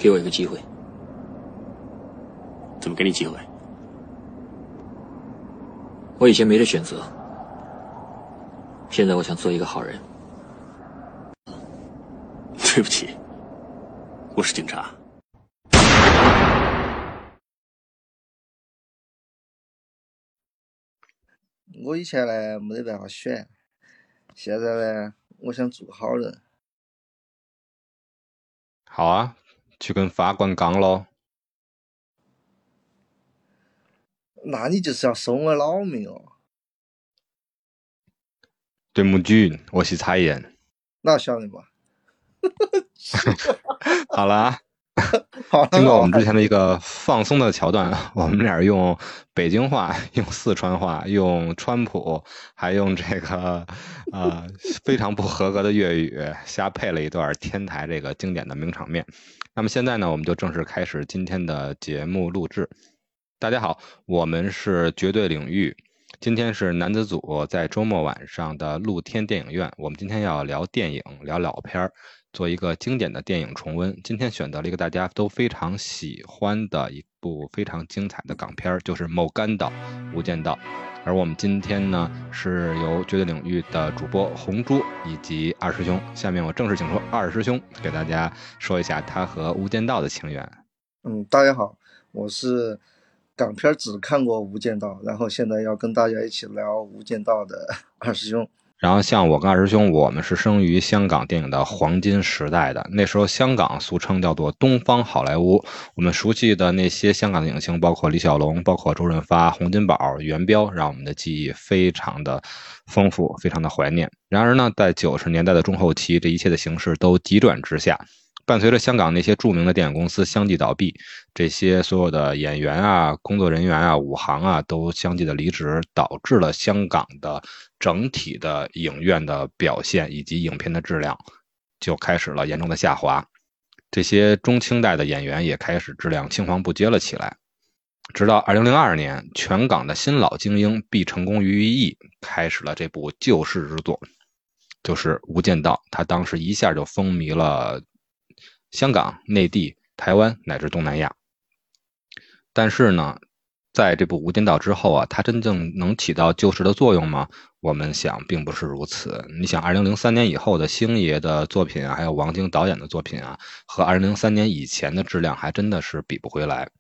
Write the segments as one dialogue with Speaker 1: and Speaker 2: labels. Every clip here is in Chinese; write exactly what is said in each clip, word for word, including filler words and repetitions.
Speaker 1: 给我一个机会。
Speaker 2: 怎么给你机会？
Speaker 1: 我以前没得选择，现在我想做一个好人。
Speaker 2: 对不起，我是警察。
Speaker 3: 我以前呢没得办法选，现在呢我想做好人。
Speaker 4: 好啊，去跟法官刚喽。
Speaker 3: 那你就是要收我老命哦。
Speaker 4: 对不起，我是蔡妍。
Speaker 3: 那晓得嘛？
Speaker 4: 好了啊，经过我们之前的一个放松的桥段，我们俩用北京话、用四川话、用川普，还用这个呃非常不合格的粤语，瞎配了一段天台这个经典的名场面。那么现在呢，我们就正式开始今天的节目录制。大家好，我们是绝对领域。今天是男子组在周末晚上的露天电影院，我们今天要聊电影，聊老片儿，做一个经典的电影重温。今天选择了一个大家都非常喜欢的一部非常精彩的港片，就是《某干岛无间道》。而我们今天呢，是由绝对领域的主播红猪以及二师兄。下面我正式请出二师兄，给大家说一下他和《无间道》的情缘。
Speaker 3: 嗯，大家好，我是港片只看过《无间道》，然后现在要跟大家一起聊《无间道》的二师兄。
Speaker 4: 然后像我跟二师兄，我们是生于香港电影的黄金时代的，那时候香港俗称叫做东方好莱坞，我们熟悉的那些香港的影星，包括李小龙，包括周润发、洪金宝、元彪，让我们的记忆非常的丰富，非常的怀念。然而呢，在九十年代的中后期，这一切的形势都急转直下。伴随着香港那些著名的电影公司相继倒闭，这些所有的演员啊、工作人员啊、武行啊都相继的离职，导致了香港的整体的影院的表现以及影片的质量就开始了严重的下滑。这些中青代的演员也开始质量青黄不接了起来。直到二零零二年，全港的新老精英必成功于一役，开始了这部救世之作，就是《无间道》。他当时一下就风靡了香港、内地、台湾乃至东南亚。但是呢，在这部《无间道》之后啊，它真正能起到救世的作用吗？我们想并不是如此。你想二零零三年以后的星爷的作品啊，还有王晶导演的作品啊，和二零零三年以前的质量还真的是比不回来。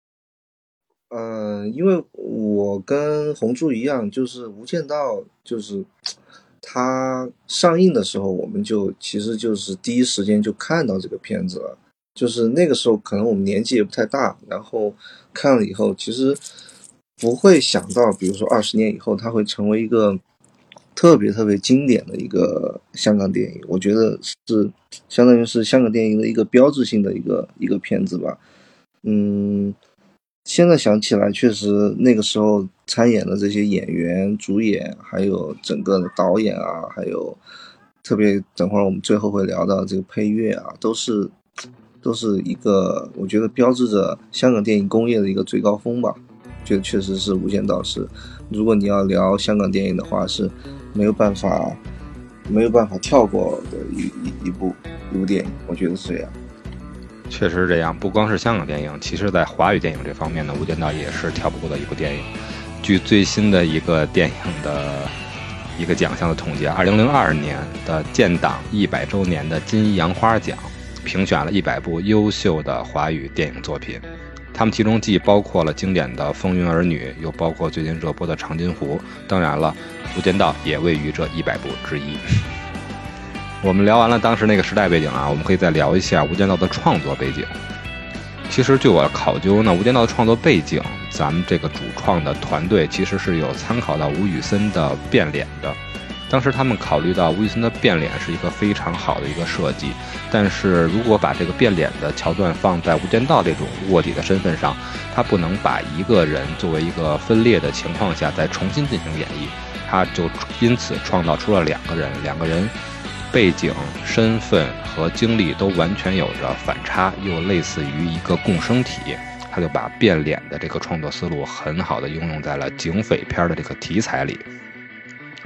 Speaker 3: 呃，因为我跟红猪一样，就是《无间道》就是它上映的时候，我们就其实就是第一时间就看到这个片子了。就是那个时候可能我们年纪也不太大，然后看了以后，其实不会想到，比如说二十年以后，它会成为一个特别特别经典的一个香港电影。我觉得是相当于是香港电影的一个标志性的一个一个片子吧。嗯。现在想起来，确实那个时候参演的这些演员、主演，还有整个的导演啊，还有特别等会儿我们最后会聊到这个配乐啊，都是都是一个我觉得标志着香港电影工业的一个最高峰吧。觉得确实是《无间道》是，如果你要聊香港电影的话，是没有办法没有办法跳过的一一一部一部电影，我觉得是这样。
Speaker 4: 确实是这样，不光是香港电影，其实在华语电影这方面呢，《无间道》也是跳不过的一部电影。据最新的一个电影的一个奖项的统计，二零零二年的建党一百周年的金杨花奖评选了一百部优秀的华语电影作品，他们其中既包括了经典的《风云儿女》，又包括最近热播的《长津湖》，当然了，《无间道》也位于这一百部之一。我们聊完了当时那个时代背景啊，我们可以再聊一下《无间道》的创作背景。其实据我考究呢，《无间道》的创作背景，咱们这个主创的团队其实是有参考到吴宇森的变脸的。当时他们考虑到吴宇森的变脸是一个非常好的一个设计，但是如果把这个变脸的桥段放在《无间道》这种卧底的身份上，他不能把一个人作为一个分裂的情况下再重新进行演绎，他就因此创造出了两个人，两个人背景、身份和经历都完全有着反差，又类似于一个共生体。他就把变脸的这个创作思路很好的应用在了警匪片的这个题材里。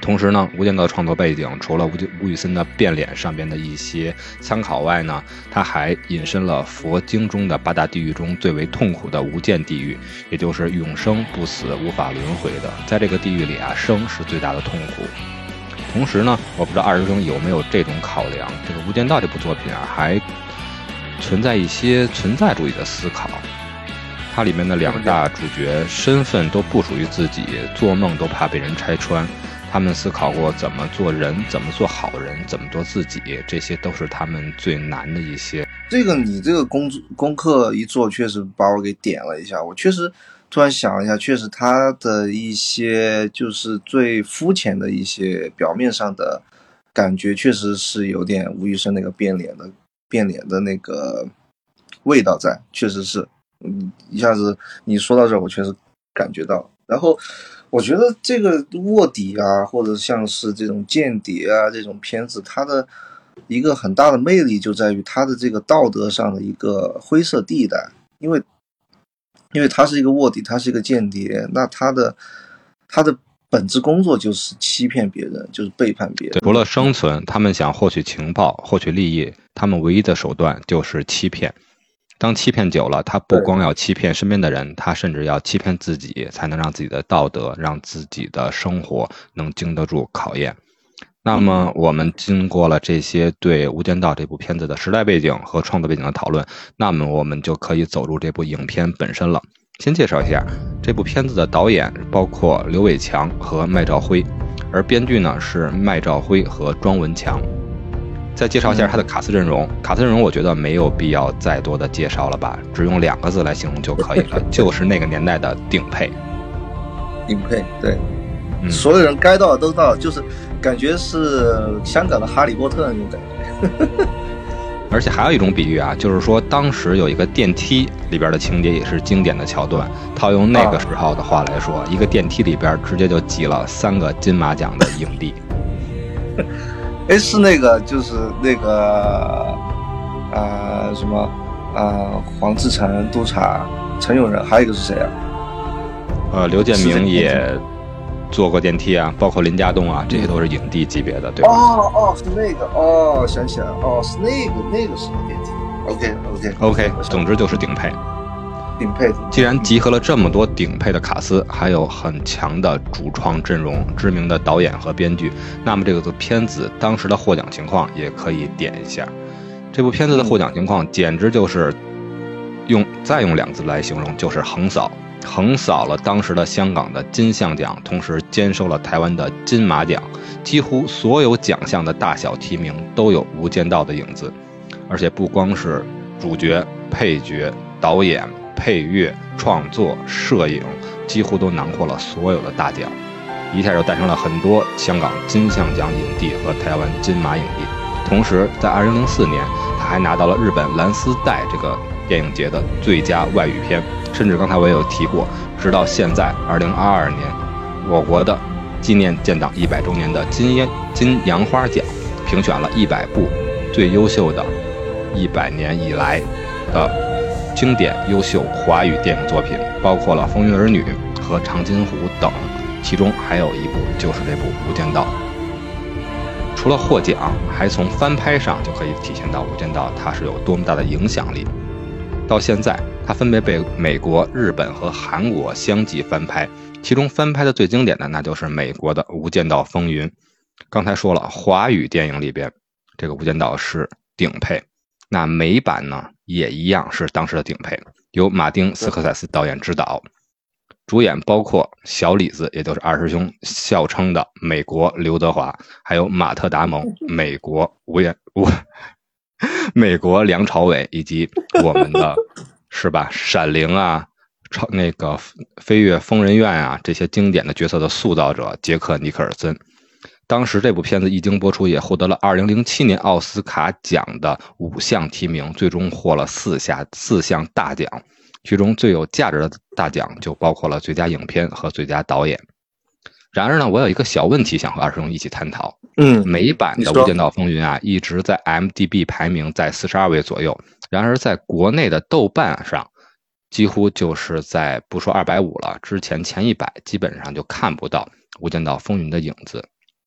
Speaker 4: 同时呢，《无间道》的创作背景除了吴吴宇森的变脸上边的一些参考外呢，他还引申了佛经中的八大地狱中最为痛苦的无间地狱，也就是永生不死、无法轮回的。在这个地狱里啊，生是最大的痛苦。同时呢，我不知道二师兄有没有这种考量，这个《无间道》这部作品啊，还存在一些存在主义的思考。它里面的两大主角身份都不属于自己，做梦都怕被人拆穿。他们思考过怎么做人，怎么做好人，怎么做自己，这些都是他们最难的一些。
Speaker 3: 这个你这个功功课一做，确实把我给点了一下。我确实突然想一下，确实他的一些就是最肤浅的一些表面上的感觉，确实是有点吴宇森那个变脸的变脸的那个味道在，确实是。嗯，一下子你说到这儿，我确实感觉到。然后我觉得这个卧底啊，或者像是这种间谍啊这种片子，它的一个很大的魅力就在于它的这个道德上的一个灰色地带，因为因为他是一个卧底，他是一个间谍，那他的他的本质工作就是欺骗别人，就是背叛别人。
Speaker 4: 除了生存，他们想获取情报、获取利益，他们唯一的手段就是欺骗。当欺骗久了，他不光要欺骗身边的人，他甚至要欺骗自己，才能让自己的道德，让自己的生活能经得住考验。那么我们经过了这些对《无间道》这部片子的时代背景和创作背景的讨论，那么我们就可以走入这部影片本身了。先介绍一下这部片子的导演包括刘伟强和麦兆辉，而编剧呢是麦兆辉和庄文强。再介绍一下他的卡司阵容，卡司阵容我觉得没有必要再多的介绍了吧，只用两个字来形容就可以了，就是那个年代的顶配。
Speaker 3: 顶配，对，
Speaker 4: 嗯，
Speaker 3: 所有人该到的都到，就是感觉是香港的哈利波特那种感觉。
Speaker 4: 而且还有一种比喻啊，就是说当时有一个电梯里边的情节也是经典的桥段，套用那个时候的话来说，啊、一个电梯里边直接就挤了三个金马奖的影帝。
Speaker 3: 哎，是那个，就是那个，啊、呃，什么，啊、呃，黄志成、督察、陈永仁，还有一个是谁啊？
Speaker 4: 呃，刘建明也坐过电梯啊，包括林家栋啊，这些都是影帝级别的，对吧？
Speaker 3: 哦哦，是那个，哦，想起来了，哦，是那个那个时候电梯。OK OK
Speaker 4: OK， 总之就是顶配。
Speaker 3: 顶配。
Speaker 4: 既然集合了这么多顶配的卡司，还有很强的主创阵容、知名的导演和编剧，那么这个片子当时的获奖情况也可以点一下。这部片子的获奖情况简直就是用再用两字来形容，就是横扫，横扫了当时的香港的金像奖，同时兼收了台湾的金马奖，几乎所有奖项的大小提名都有《无间道》的影子。而且不光是主角、配角、导演、配乐、创作、摄影，几乎都囊括了所有的大奖，一下就诞生了很多香港金像奖影帝和台湾金马影帝。同时在二零零四年他还拿到了日本蓝丝带这个电影节的最佳外语片，甚至刚才我也有提过，直到现在二零二二年我国的纪念建党一百周年的金烟金杨花奖评选了一百部最优秀的一百年以来的经典优秀华语电影作品，包括了《风云儿女》和《长津湖》等，其中还有一部就是这部《无间道》。除了获奖，还从翻拍上就可以体现到《无间道》它是有多么大的影响力。到现在，它分别被美国、日本和韩国相继翻拍，其中翻拍的最经典的那就是美国的《无间道风云》。刚才说了，华语电影里边这个《无间道》是顶配，那美版呢也一样是当时的顶配，由马丁·斯科塞斯导演执导，主演包括小李子，也就是二师兄笑称的美国刘德华，还有马特·达蒙，美国吴彦吴，美国梁朝伟，以及我们的是吧闪灵啊、超那个飞越疯人院啊这些经典的角色的塑造者杰克·尼克尔森。当时这部片子一经播出，也获得了二零零七年奥斯卡奖的五项提名，最终获了四项四项大奖，其中最有价值的大奖就包括了最佳影片和最佳导演。然而呢，我有一个小问题想和二师兄一起探讨。
Speaker 3: 嗯，
Speaker 4: 美版的《无间道风云》啊，一直在 M D B 排名在四十二位左右，然而在国内的豆瓣上，几乎就是在不说二百五了，之前前一百基本上就看不到《无间道风云》的影子。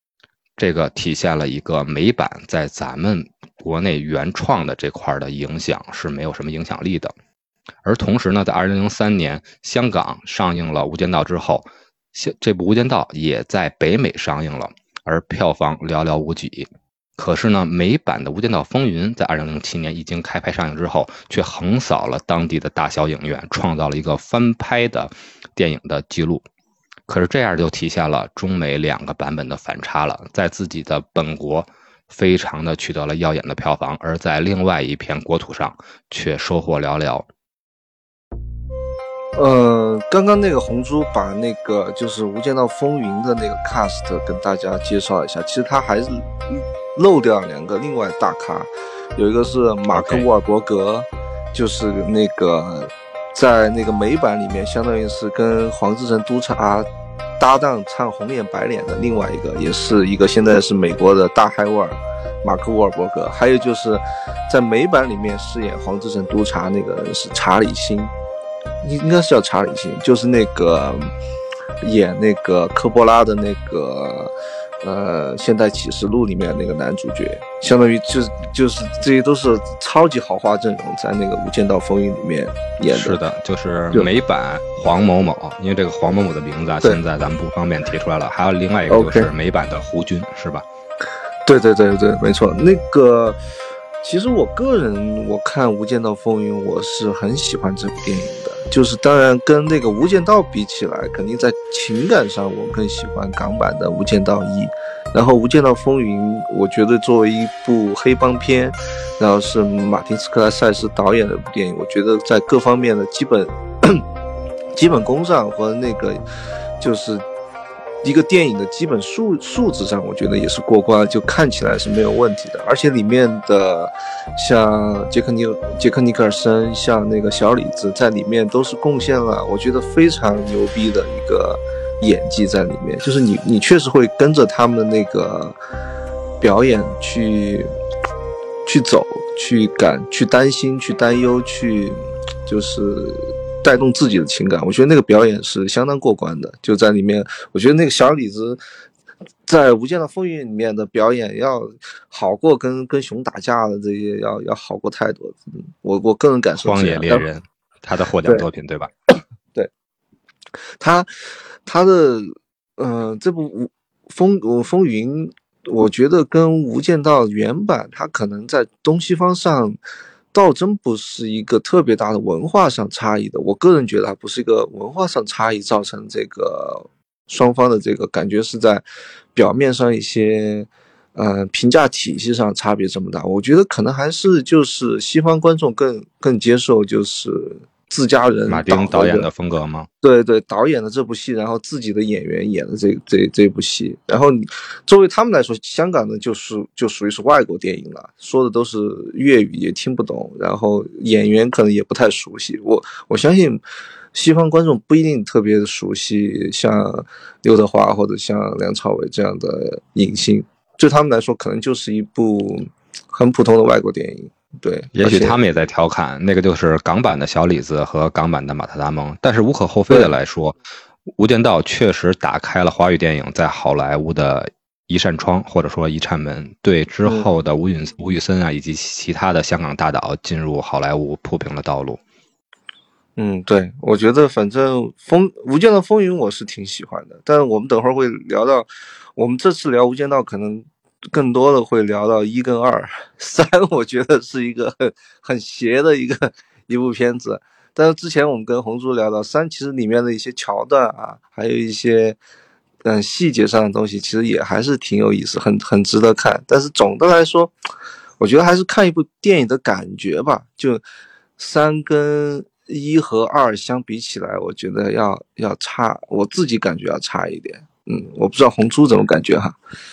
Speaker 4: 这个体现了一个美版在咱们国内原创的这块的影响是没有什么影响力的。而同时呢，在二零零三年香港上映了《无间道》之后，这部《无间道》也在北美上映了，而票房寥寥无几。可是呢，美版的《无间道风云》在二零零七年一经开拍上映之后，却横扫了当地的大小影院，创造了一个翻拍的电影的记录。可是这样就体现了中美两个版本的反差了，在自己的本国非常的取得了耀眼的票房，而在另外一片国土上却收获寥寥。
Speaker 3: 呃，刚刚那个红猪把那个就是《无间道风云》的那个 cast 跟大家介绍一下，其实他还是漏掉两个另外大咖，有一个是马克·沃尔伯格， okay. 就是那个在那个美版里面相当于是跟黄志诚督察搭档唱红脸白脸的另外一个，也是一个现在是美国的大嗨腕马克·沃尔伯格。还有就是在美版里面饰演黄志诚督察那个人是查理辛，应该是叫查理辛，就是那个演那个科波拉的那个呃《现代启示录》里面那个男主角，相当于就是就是这些都是超级豪华阵容，在那个《无间道风云》里面演的。
Speaker 4: 是的，就是美版黄某某，因为这个黄某某的名字啊，现在咱们不方便提出来了。还有另外一个就是美版的胡军， okay. 是吧？
Speaker 3: 对对对对，没错。那个其实我个人我看《无间道风云》，我是很喜欢这部电影的。就是当然跟那个《无间道》比起来，肯定在情感上我更喜欢港版的《无间道一》，然后《无间道风云》我觉得作为一部黑帮片，然后是马丁斯科拉塞斯导演的一部电影，我觉得在各方面的基本基本功上和那个就是一个电影的基本素素质上，我觉得也是过关，就看起来是没有问题的。而且里面的像杰克尼杰克尼克尔森，像那个小李子在里面都是贡献了我觉得非常牛逼的一个演技在里面，就是你你确实会跟着他们的那个表演去去走，去感去担心，去担忧，去就是带动自己的情感。我觉得那个表演是相当过关的，就在里面我觉得那个小李子在《无间道风云》里面的表演要好过跟跟熊打架的这些要要好过太多。我我个人感受。
Speaker 4: 荒野猎人，他的获奖作品 对, 对吧？
Speaker 3: 对，他他的呃这部风风云，我觉得跟《无间道》原版，它可能在东西方上倒真不是一个特别大的文化上差异的。我个人觉得它不是一个文化上差异造成这个双方的这个感觉，是在表面上一些呃评价体系上差别这么大。我觉得可能还是就是西方观众更更接受就是自家人
Speaker 4: 马丁导演的风格吗？
Speaker 3: 对对，导演的这部戏，然后自己的演员演的这这这部戏，然后你作为他们来说，香港的就是就属于是外国电影了，说的都是粤语，也听不懂，然后演员可能也不太熟悉。我我相信西方观众不一定特别的熟悉像刘德华或者像梁朝伟这样的影星，对他们来说可能就是一部很普通的外国电影。对，
Speaker 4: 也许他们也在调侃，那个就是港版的小李子和港版的马特达蒙。但是无可厚非的来说，无间道确实打开了华语电影在好莱坞的一扇窗，或者说一扇门，对之后的吴宇吴宇森啊以及其他的香港大导进入好莱坞铺平了道路。
Speaker 3: 嗯，对，我觉得反正风无间道风云我是挺喜欢的，但是我们等会儿会聊到，我们这次聊无间道可能更多的会聊到一跟二，三我觉得是一个很很邪的一个一部片子。但是之前我们跟红猪聊到三，其实里面的一些桥段啊，还有一些嗯细节上的东西，其实也还是挺有意思，很很值得看。但是总的来说，我觉得还是看一部电影的感觉吧。就三跟一和二相比起来，我觉得要要差，我自己感觉要差一点。嗯，我不知道红猪怎么感觉哈。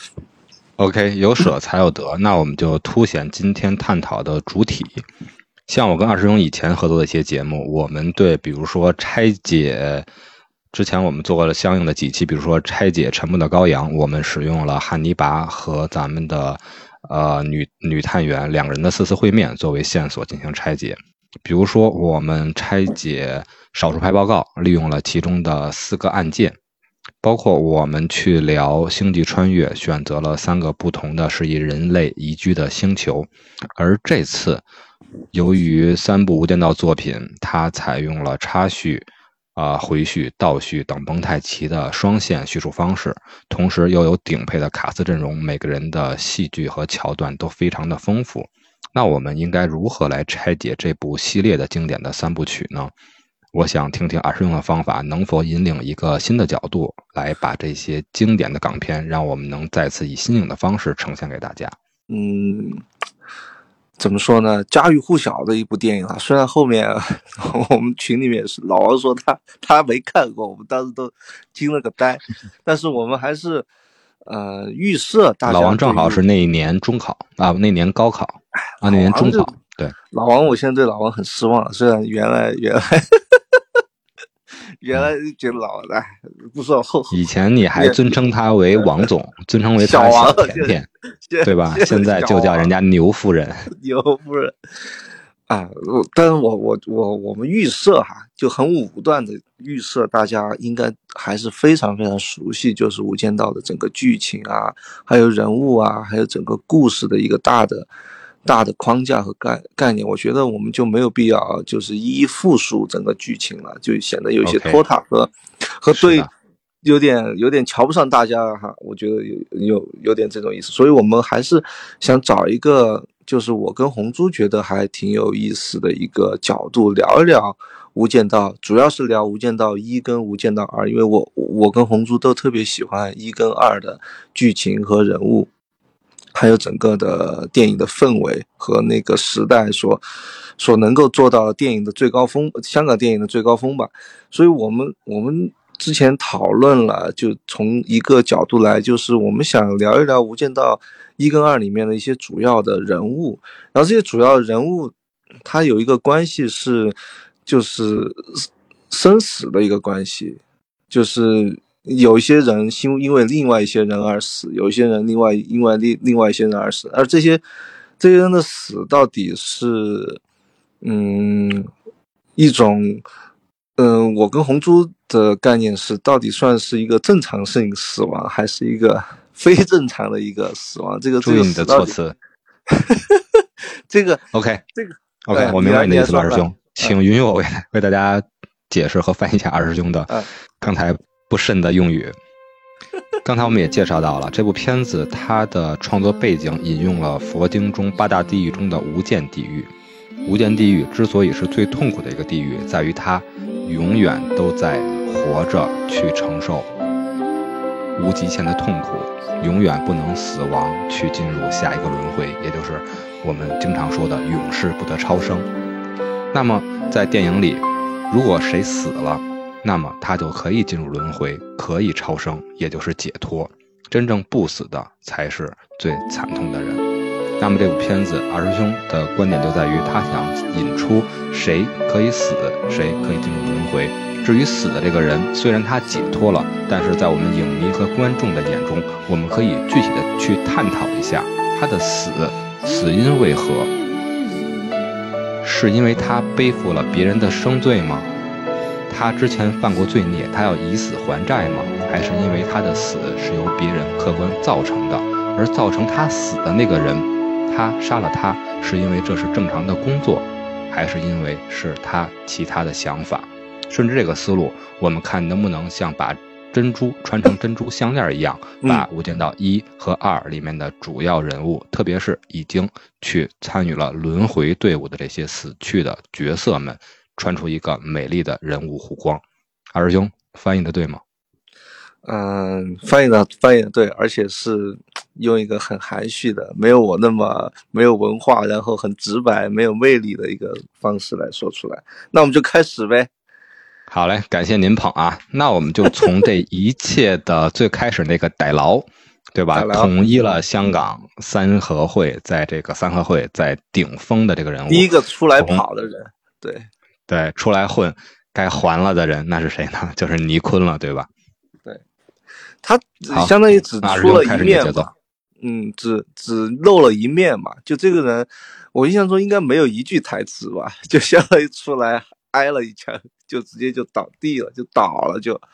Speaker 4: OK， 有舍才有得，那我们就凸显今天探讨的主体。像我跟二师兄以前合作的一些节目，我们对比如说拆解，之前我们做过了相应的几期，比如说拆解沉默的羔羊，我们使用了汉尼拔和咱们的呃女女探员两个人的四次会面作为线索进行拆解。比如说我们拆解少数派报告，利用了其中的四个案件， 包括我们去聊星际穿越，选择了三个不同的适宜人类宜居的星球，而这次由于三部无间道作品，它采用了插叙、啊、呃、回叙、倒叙等蒙太奇的双线叙述方式，同时又有顶配的卡司阵容，每个人的戏剧和桥段都非常的丰富。那我们应该如何来拆解这部系列的经典的三部曲呢？我想听听二师兄的方法能否引领一个新的角度来把这些经典的港片让我们能再次以新颖的方式呈现给大家。
Speaker 3: 嗯，怎么说呢，家喻户晓的一部电影啊，虽然后面我们群里面是老王说他他没看过，我们当时都惊了个呆，但是我们还是呃预设大家。
Speaker 4: 老王正好是那一年中考啊，那年高考啊，那年中考。对，
Speaker 3: 老王我现在对老王很失望了，虽然原来原来原来觉得老王哎不说后
Speaker 4: 以前你还尊称他为王总，尊称为他小甜甜，对吧？现在就叫人家牛夫人。
Speaker 3: 牛夫人啊，但是我我我我们预设哈，就很武断的预设，大家应该还是非常非常熟悉，就是《无间道》的整个剧情啊，还有人物啊，还有整个故事的一个大的。大的框架和概概念，我觉得我们就没有必要就是一一复述整个剧情了，就显得有些拖沓和、okay. 和对有点有点瞧不上大家哈，我觉得有有有点这种意思，所以我们还是想找一个就是我跟红猪觉得还挺有意思的一个角度聊一聊无间道，主要是聊无间道一跟无间道二，因为我我跟红猪都特别喜欢一跟二的剧情和人物。还有整个的电影的氛围和那个时代所所能够做到电影的最高峰，香港电影的最高峰吧。所以我们我们之前讨论了，就从一个角度来，就是我们想聊一聊无间道一跟二里面的一些主要的人物，然后这些主要人物它有一个关系是就是生死的一个关系，就是有一些人因为另外一些人而死，有一些人另外因为另另外一些人而死，而这些这些人的死到底是嗯一种嗯、呃，我跟红猪的概念是到底算是一个正常性死亡还是一个非正常的一个死亡，这个
Speaker 4: 注意你的措辞
Speaker 3: 这个
Speaker 4: OK
Speaker 3: 这个
Speaker 4: OK 我明白你的意思了，二师兄，请允许我为为大家解释和翻译一下二师兄的刚才不慎的用语。刚才我们也介绍到了这部片子，它的创作背景引用了佛经中八大地狱中的无间地狱。无间地狱之所以是最痛苦的一个地狱，在于它永远都在活着去承受无极限的痛苦，永远不能死亡去进入下一个轮回，也就是我们经常说的永世不得超生。那么在电影里，如果谁死了，那么他就可以进入轮回，可以超生，也就是解脱。真正不死的才是最惨痛的人。那么这部片子二师兄的观点就在于他想引出谁可以死，谁可以进入轮回。至于死的这个人，虽然他解脱了，但是在我们影迷和观众的眼中，我们可以具体的去探讨一下他的死死因为何？是因为他背负了别人的生罪吗？他之前犯过罪孽，他要以死还债吗？还是因为他的死是由别人客观造成的，而造成他死的那个人，他杀了他是因为这是正常的工作，还是因为是他其他的想法？顺着这个思路，我们看能不能像把珍珠穿成珍珠项链一样，把无间道一和二里面的主要人物，特别是已经去参与了轮回队伍的这些死去的角色们，穿出一个美丽的人物弧光。二师兄翻译的对吗？
Speaker 3: 嗯，翻译的翻译的对，而且是用一个很含蓄的，没有我那么没有文化，然后很直白、没有魅力的一个方式来说出来。那我们就开始呗。
Speaker 4: 好嘞，感谢您捧啊。那我们就从这一切的最开始那个逮牢，对吧？统一了香港三合会，在这个三合会在顶峰的这个人物，
Speaker 3: 第一个出来跑的人，对
Speaker 4: 对，出来混该还了的人，那是谁呢？就是倪坤了，对吧？
Speaker 3: 对，他相当于只出了一面嘛，嗯，只只露了一面嘛。就这个人，我印象中应该没有一句台词吧，就相当于出来挨了一枪，就直接就倒地了，就倒了，就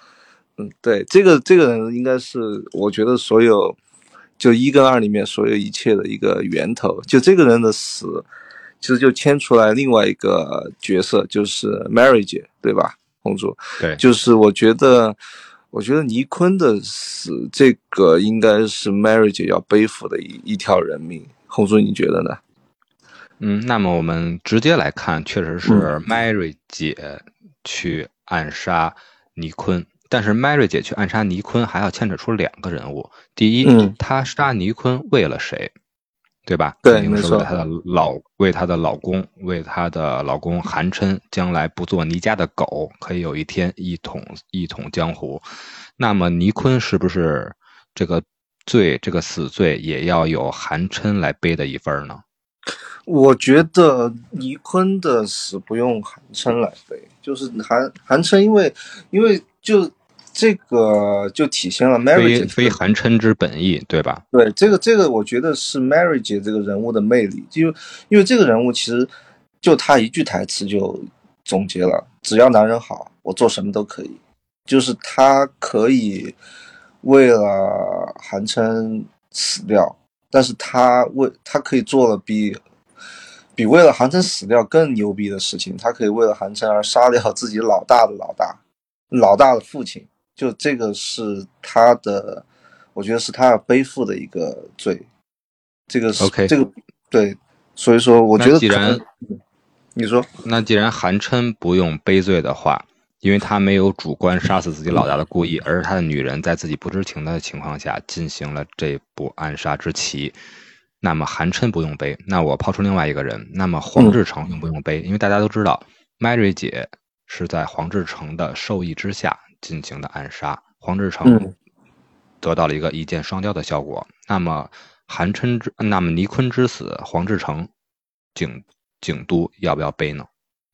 Speaker 3: 嗯，对，这个这个人应该是我觉得所有就一跟二里面所有一切的一个源头。就这个人的死，其实就牵出来另外一个角色，就是 Mary 姐，对吧？红主，
Speaker 4: 对，
Speaker 3: 就是我觉得，我觉得倪坤的死，这个应该是 Mary 姐要背负的一一条人命。红主，你觉得呢？
Speaker 4: 嗯，那么我们直接来看，确实是 Mary 姐去暗杀倪坤。但是 Mary 姐去暗杀倪坤还要牵扯出两个人物。第一，嗯、她杀倪坤为了谁？对吧？
Speaker 3: 对，
Speaker 4: 肯定是为了她的老，为她的老公，为她的老公韩琛将来不做倪家的狗，可以有一天一统一统江湖。那么倪坤是不是这个罪，这个死罪也要由韩琛来背的一份呢？
Speaker 3: 我觉得倪坤的死不用韩琛来背，就是韩韩琛，因为因为就。这个就体现了 Mary 姐
Speaker 4: 非非韩琛之本意，对吧？
Speaker 3: 对，这个这个我觉得是 Mary 姐这个人物的魅力，就因为这个人物其实就她一句台词就总结了：只要男人好，我做什么都可以。就是她可以为了韩琛死掉，但是她为她可以做了比比为了韩琛死掉更牛逼的事情，她可以为了韩琛而杀掉自己老大的老大，老大的父亲。就这个是他的，我觉得是他要背负的一个罪。这个是
Speaker 4: OK，
Speaker 3: 这个对，所以说我觉得
Speaker 4: 既然
Speaker 3: 你说，
Speaker 4: 那既然韩琛不用背罪的话，因为他没有主观杀死自己老大的故意，而是他的女人在自己不知情的情况下进行了这步暗杀之棋，那么韩琛不用背。那我抛出另外一个人，那么黄志成用不用背？嗯、因为大家都知道 Mary 姐是在黄志成的授意之下进行的暗杀，黄志成得到了一个一箭双雕的效果。嗯、那么韩琛之，那么倪坤之死，黄志成警警督要不要背呢？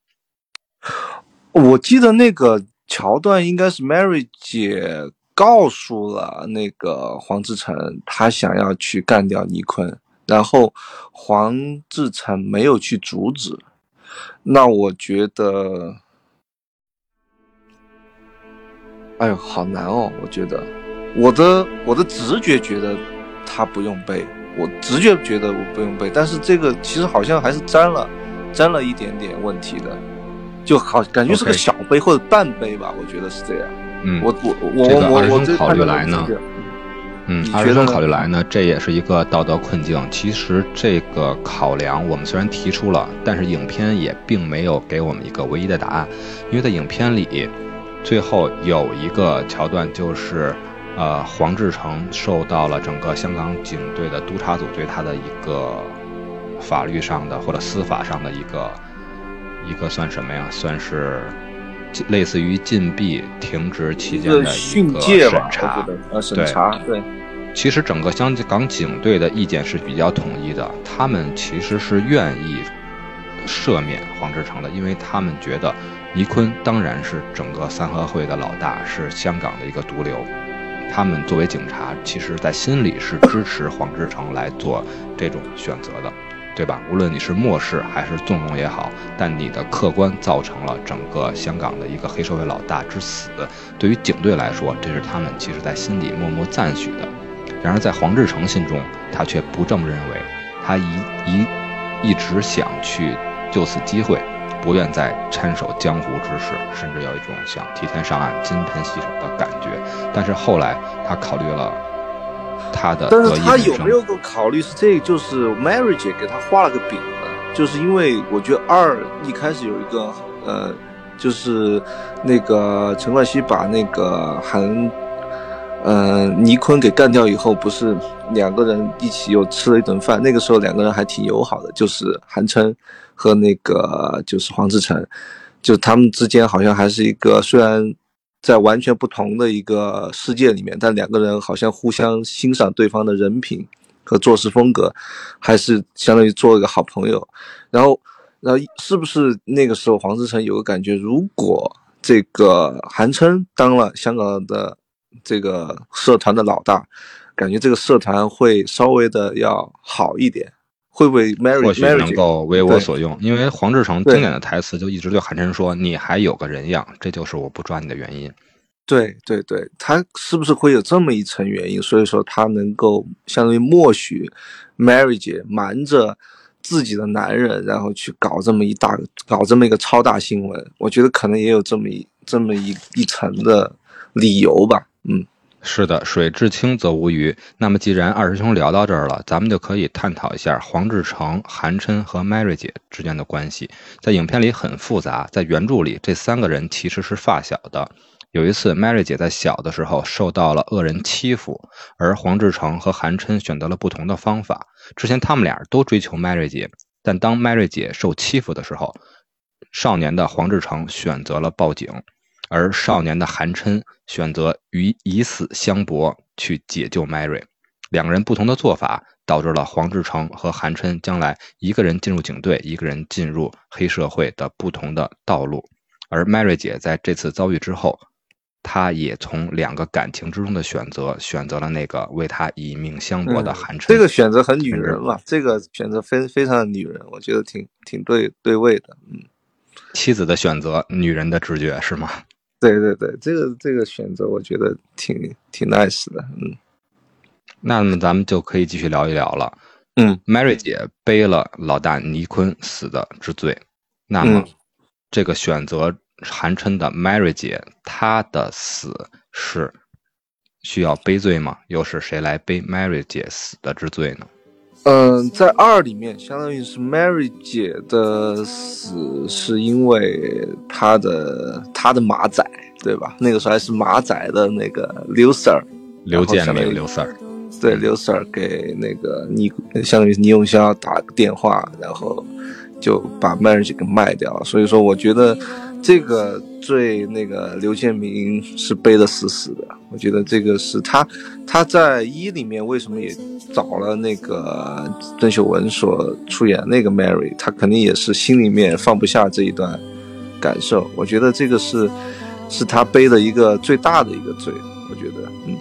Speaker 3: 我记得那个桥段应该是 Mary 姐告诉了那个黄志成，他想要去干掉倪坤，然后黄志成没有去阻止。那我觉得。哎呦，好难哦！我觉得，我的我的直觉觉得他不用背，我直觉觉得我不用背，但是这个其实好像还是沾了沾了一点点问题的，就好感觉是个小背或者半背吧， okay. 我觉得是这样。
Speaker 4: 嗯，
Speaker 3: 我我我
Speaker 4: 这个
Speaker 3: 我
Speaker 4: 二师兄考虑来呢，嗯，二师兄考虑来呢，这也是一个道德困境。其实这个考量我们虽然提出了，但是影片也并没有给我们一个唯一的答案，因为在影片里。最后有一个桥段，就是呃，黄志成受到了整个香港警队的督察组对他的一个法律上的或者司法上的一个一个算什么呀？算是类似于禁闭、停职期间的一个审查。
Speaker 3: 呃，审查对。
Speaker 4: 其实整个香港警队的意见是比较统一的，他们其实是愿意赦免黄志成的，因为他们觉得。倪坤当然是整个三合会的老大，是香港的一个毒瘤。他们作为警察，其实在心里是支持黄志成来做这种选择的，对吧？无论你是漠视还是纵容也好，但你的客观造成了整个香港的一个黑社会老大之死。对于警队来说，这是他们其实在心里默默赞许的。然而在黄志成心中，他却不这么认为，他一一一直想去就此机会。不愿再掺手江湖之事，甚至有一种想提前上岸、金盆洗手的感觉。但是后来他考虑了他的得意人生，
Speaker 3: 但是他有没有个考虑是这个？就是 Mary 姐给他画了个饼呢？就是因为我觉得二一开始有一个呃，就是那个陈冠希把那个韩呃倪坤给干掉以后，不是两个人一起又吃了一顿饭？那个时候两个人还挺友好的，就是韩琛。和那个就是黄志成，就他们之间好像还是一个虽然在完全不同的一个世界里面，但两个人好像互相欣赏对方的人品和做事风格，还是相当于做一个好朋友。然后，然后是不是那个时候黄志成有个感觉，如果这个韩琛当了香港的这个社团的老大，感觉这个社团会稍微的要好一点。会不会 Mary
Speaker 4: 或许能够为我所用？因为黄志成经典的台词就一直对韩琛说：“你还有个人样，这就是我不抓你的原因。”
Speaker 3: 对对对，他是不是会有这么一层原因？所以说他能够相当于默许 Mary 姐瞒着自己的男人，然后去搞这么一大搞这么一个超大新闻。我觉得可能也有这么一这么一一层的理由吧。嗯，
Speaker 4: 是的，水至清则无鱼。那么既然二师兄聊到这儿了，咱们就可以探讨一下黄志诚、韩琛和 Mary 姐之间的关系。在影片里很复杂，在原著里这三个人其实是发小的。有一次 Mary 姐在小的时候受到了恶人欺负，而黄志诚和韩琛选择了不同的方法。之前他们俩都追求 Mary 姐，但当 Mary 姐受欺负的时候，少年的黄志诚选择了报警，而少年的韩琛选择与以死相搏去解救 Mary。 两个人不同的做法导致了黄志诚和韩琛将来一个人进入警队，一个人进入黑社会的不同的道路。而 Mary 姐在这次遭遇之后，她也从两个感情之中的选择选择了那个为她以命相搏的韩琛、嗯、
Speaker 3: 这个选择很女人嘛，这个选择非非常的女人，我觉得挺挺对对位的。嗯，
Speaker 4: 妻子的选择，女人的直觉是吗？
Speaker 3: 对对对，这个这个选择我觉得挺挺 nice 的。嗯，
Speaker 4: 那么咱们就可以继续聊一聊了。
Speaker 3: 嗯
Speaker 4: ，Mary 姐背了老大倪坤死的之罪，那么、嗯、这个选择韩琛的 Mary 姐，她的死是需要背罪吗？又是谁来背 Mary 姐死的之罪呢？
Speaker 3: 嗯、呃，在二里面，相当于是 Mary 姐的死是因为她的她的马仔，对吧？那个时候还是马仔的那个刘 Sir，
Speaker 4: 刘建明刘 Sir，
Speaker 3: 对，刘 Sir 给那个倪，相当于是倪永霄打个电话，然后就把 Mary 姐给卖掉了。所以说，我觉得这个罪那个刘建明是背得死死的。我觉得这个是他他在一里面为什么也找了那个郑秀文所出演那个 Mary， 他肯定也是心里面放不下这一段感受。我觉得这个是是他背的一个最大的一个罪。我觉得，嗯。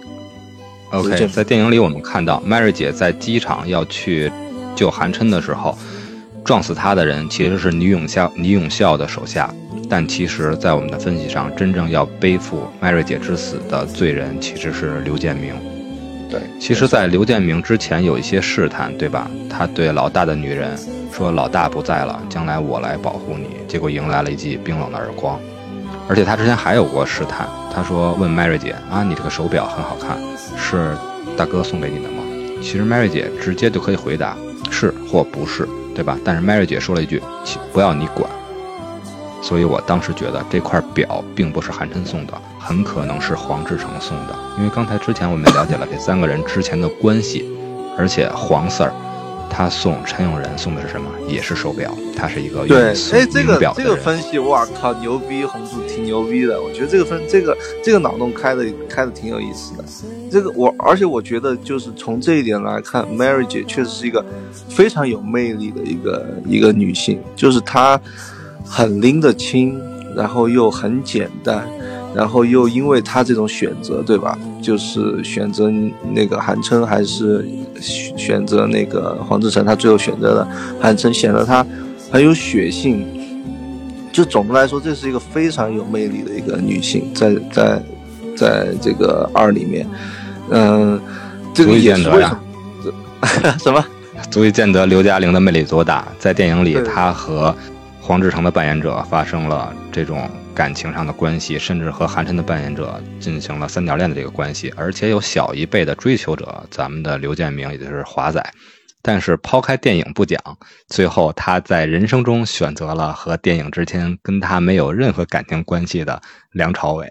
Speaker 4: OK， 在电影里我们看到 Mary 姐在机场要去救韩琛的时候，撞死她的人其实是倪永孝倪永孝的手下。但其实在我们的分析上，真正要背负 Mary 姐之死的罪人其实是刘建明。
Speaker 3: 对，
Speaker 4: 其实在刘建明之前有一些试探，对吧？他对老大的女人说，老大不在了，将来我来保护你，结果迎来了一记冰冷的耳光。而且他之前还有过试探，他说问 Mary 姐啊，你这个手表很好看，是大哥送给你的吗？其实 Mary 姐直接就可以回答是或不是，对吧？但是 Mary 姐说了一句不要你管。所以我当时觉得这块表并不是韩琛送的，很可能是黄志诚送的。因为刚才之前我们了解了这三个人之前的关系，而且黄 Sir 他送陈永仁送的是什么？也是手表，他是一个
Speaker 3: 对，哎，这个
Speaker 4: 这
Speaker 3: 个分析，哇靠，牛逼，红柱挺牛逼的。我觉得这个分这个这个脑洞开的开的挺有意思的。这个我而且我觉得就是从这一点来看 ，Mary 姐确实是一个非常有魅力的一个一个女性，就是她很拎得清，然后又很简单，然后又因为他这种选择，对吧？就是选择那个韩琛还是选择那个黄志诚，他最后选择了韩琛，显得他很有血性。就总的来说，这是一个非常有魅力的一个女性，在在在这个二里面，嗯、呃，这个也是为什么什么
Speaker 4: 足以见得刘嘉玲的魅力多大。在电影里，她和黄志诚的扮演者发生了这种感情上的关系，甚至和韩琛的扮演者进行了三角恋的这个关系，而且有小一辈的追求者，咱们的刘建明也就是华仔。但是抛开电影不讲，最后他在人生中选择了和电影之间跟他没有任何感情关系的梁朝伟。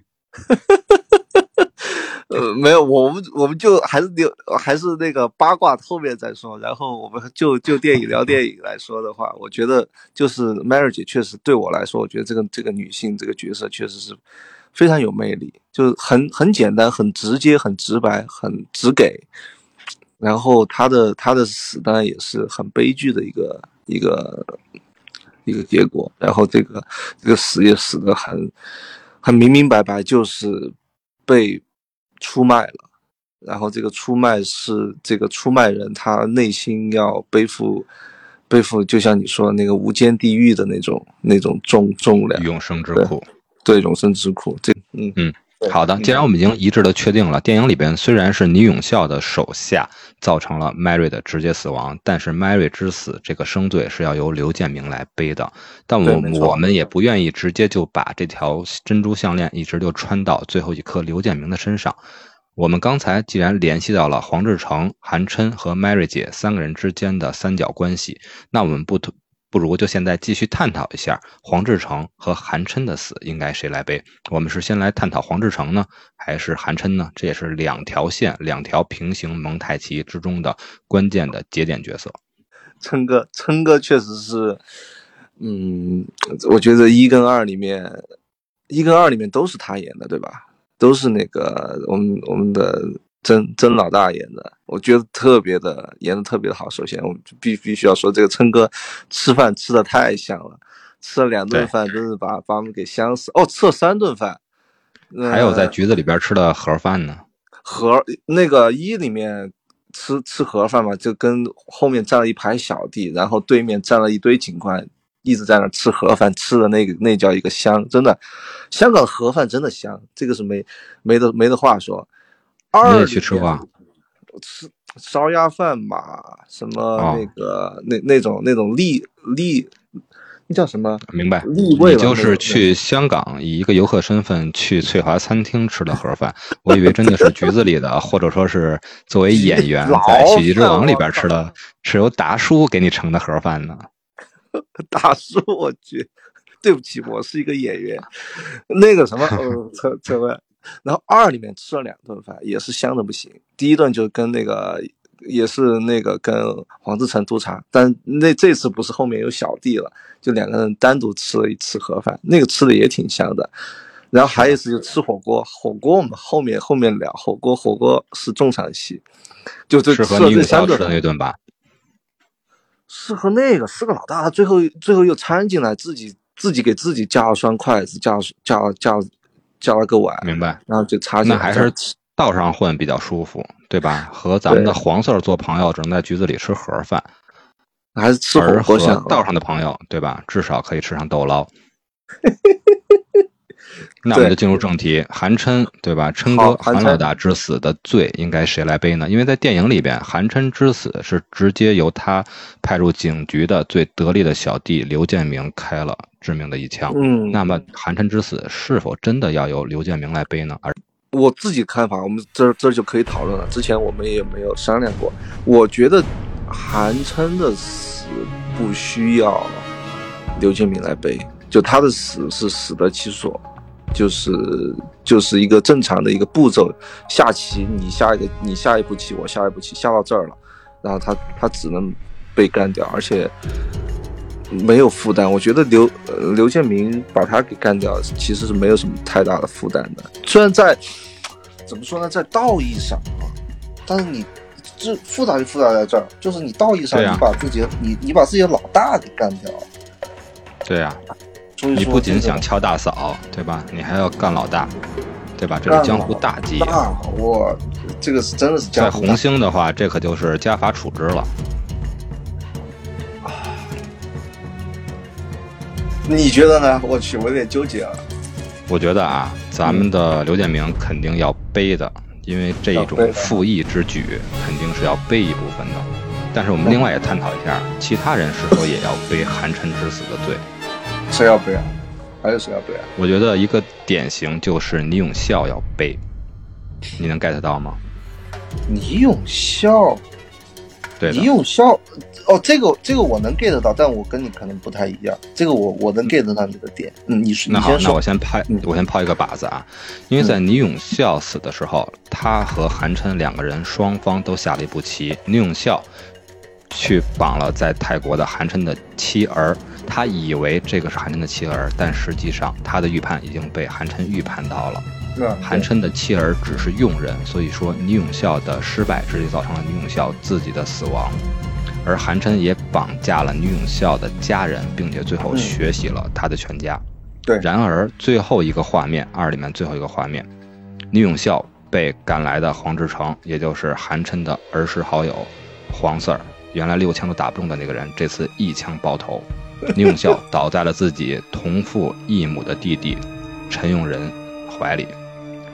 Speaker 3: 呃，没有，我们我们就还是留，还是那个八卦后面再说。然后我们就就电影聊电影来说的话，我觉得就是 Mary 姐确实对我来说，我觉得这个这个女性这个角色确实是非常有魅力，就是很很简单、很直接、很直白、很直给。然后她的她的死当然也是很悲剧的一个一个一个结果。然后这个这个死也死得很很明明白白，就是被出卖了，然后这个出卖是这个出卖人他内心要背负背负，就像你说的那个无间地狱的那种那种重重量，
Speaker 4: 永生之苦。
Speaker 3: 对，对永生之苦。这嗯
Speaker 4: 嗯， 好的，既然我们已经一致的确定了，电影里边虽然是倪永孝的手下造成了 Mary 的直接死亡，但是 Mary 之死这个生罪是要由刘建明来背的。但我我们也不愿意直接就把这条珍珠项链一直就穿到最后一颗刘建明的身上。我们刚才既然联系到了黄志诚、韩琛和 Mary 姐三个人之间的三角关系，那我们不不如就现在继续探讨一下黄志诚和韩琛的死应该谁来背。我们是先来探讨黄志诚呢，还是韩琛呢？这也是两条线两条平行蒙太奇之中的关键的节点角色。
Speaker 3: 琛哥琛哥确实是嗯，我觉得一跟二里面一跟二里面都是他演的，对吧？都是那个我们我们的曾曾老大演的，我觉得特别的演的特别的好。首先我们必必须要说，这个琛哥吃饭吃的太香了，吃了两顿饭真是把把我们给香死。哦，吃了三顿饭，
Speaker 4: 呃、还有在局子里边吃的盒饭呢。
Speaker 3: 盒那个一里面吃吃盒饭嘛，就跟后面站了一排小弟，然后对面站了一堆警官，一直在那吃盒饭，吃的那个那叫一个香，真的，香港的盒饭真的香，这个是没没得没得话说。
Speaker 4: 你也去吃过？
Speaker 3: 吃烧鸭饭嘛，什么那个、哦、那那种那种立立，那叫什么？
Speaker 4: 明白。
Speaker 3: 立味。
Speaker 4: 你就是去香港以一个游客身份去翠华餐厅吃的盒饭，我以为真的是局子里的，或者说是作为演员在《喜剧之王》里边吃的，是由达叔给你盛的盒饭呢。
Speaker 3: 达叔，我去，对不起，我是一个演员。那个什么，呃，扯扯问。然后二里面吃了两顿饭，也是香的不行。第一顿就跟那个也是那个跟黄志诚督察，但那这次不是后面有小弟了，就两个人单独吃了一次盒饭，那个吃的也挺香的。然后还有一次就吃火锅，火锅我们后面后面聊，火锅火锅是重场戏，就这
Speaker 4: 适合你小吃的那顿吧。
Speaker 3: 适合那个是个老大，他最后最后又掺进来，自己自己给自己加了双筷子，加加加。叫了个碗，
Speaker 4: 明白，
Speaker 3: 然后就插进来。
Speaker 4: 那还是道上混比较舒服，对吧？和咱们的黄色做朋友，只能在局子里吃盒饭，
Speaker 3: 还是吃火锅香。
Speaker 4: 道上的朋友，对吧？至少可以吃上豆捞。那我们就进入正题，韩琛，对吧？琛哥韩老大之死的罪应该谁来背呢？因为在电影里边，韩琛之死是直接由他派入警局的最得力的小弟刘建明开了致命的一枪。
Speaker 3: 嗯，
Speaker 4: 那么韩琛之死是否真的要由刘建明来背呢？而
Speaker 3: 我自己看法，我们这这就可以讨论了。之前我们也没有商量过。我觉得韩琛的死不需要刘建明来背，就他的死是死得其所。就是就是一个正常的一个步骤，下棋你下一个你下一步棋我下一步棋下到这儿了，然后他他只能被干掉，而且没有负担。我觉得刘呃刘建明把他给干掉，其实是没有什么太大的负担的。虽然在怎么说呢，在道义上啊，但是你这复杂就复杂在这儿，就是你道义上你把自己、啊、你你把自己的老大给干掉。
Speaker 4: 对呀、啊。你不仅想敲大嫂，对吧？你还要干老大，对吧？这是江湖大忌。
Speaker 3: 大，我这个是真的是江湖大忌。
Speaker 4: 在红星的话，这可就是家法处置了。
Speaker 3: 你觉得呢？我去，我有点纠结了。
Speaker 4: 我觉得啊，咱们的刘建明肯定要背的，因为这一种复议之举肯定是要背一部分的。但是我们另外也探讨一下，其他人是否也要背韩琛之死的罪？
Speaker 3: 谁要背啊？还有谁要背啊？
Speaker 4: 我觉得一个典型就是倪永孝要背，你能 get 到吗？
Speaker 3: 倪永孝，
Speaker 4: 对，
Speaker 3: 倪永孝，哦，这个这个我能 get 到，但我跟你可能不太一样。这个我我能 get 到你的点。嗯，你
Speaker 4: 那好，
Speaker 3: 你先说。
Speaker 4: 那我先拍，我先抛一个靶子啊，因为在倪永孝死的时候，他和韩琛两个人双方都下了一步棋，倪永孝去绑了在泰国的韩琛的妻儿。他以为这个是韩琛的妻儿，但实际上他的预判已经被韩琛预判到了。韩琛的妻儿只是佣人，所以说倪永孝的失败直接造成了倪永孝自己的死亡，而韩琛也绑架了倪永孝的家人，并且最后血洗了他的全家。
Speaker 3: 对、嗯。
Speaker 4: 然而最后一个画面，二里面最后一个画面，倪永孝被赶来的黄志诚，也就是韩琛的儿时好友黄 Sir， 原来六枪都打不中的那个人，这次一枪爆头。倪永孝倒在了自己同父异母的弟弟陈永仁怀里，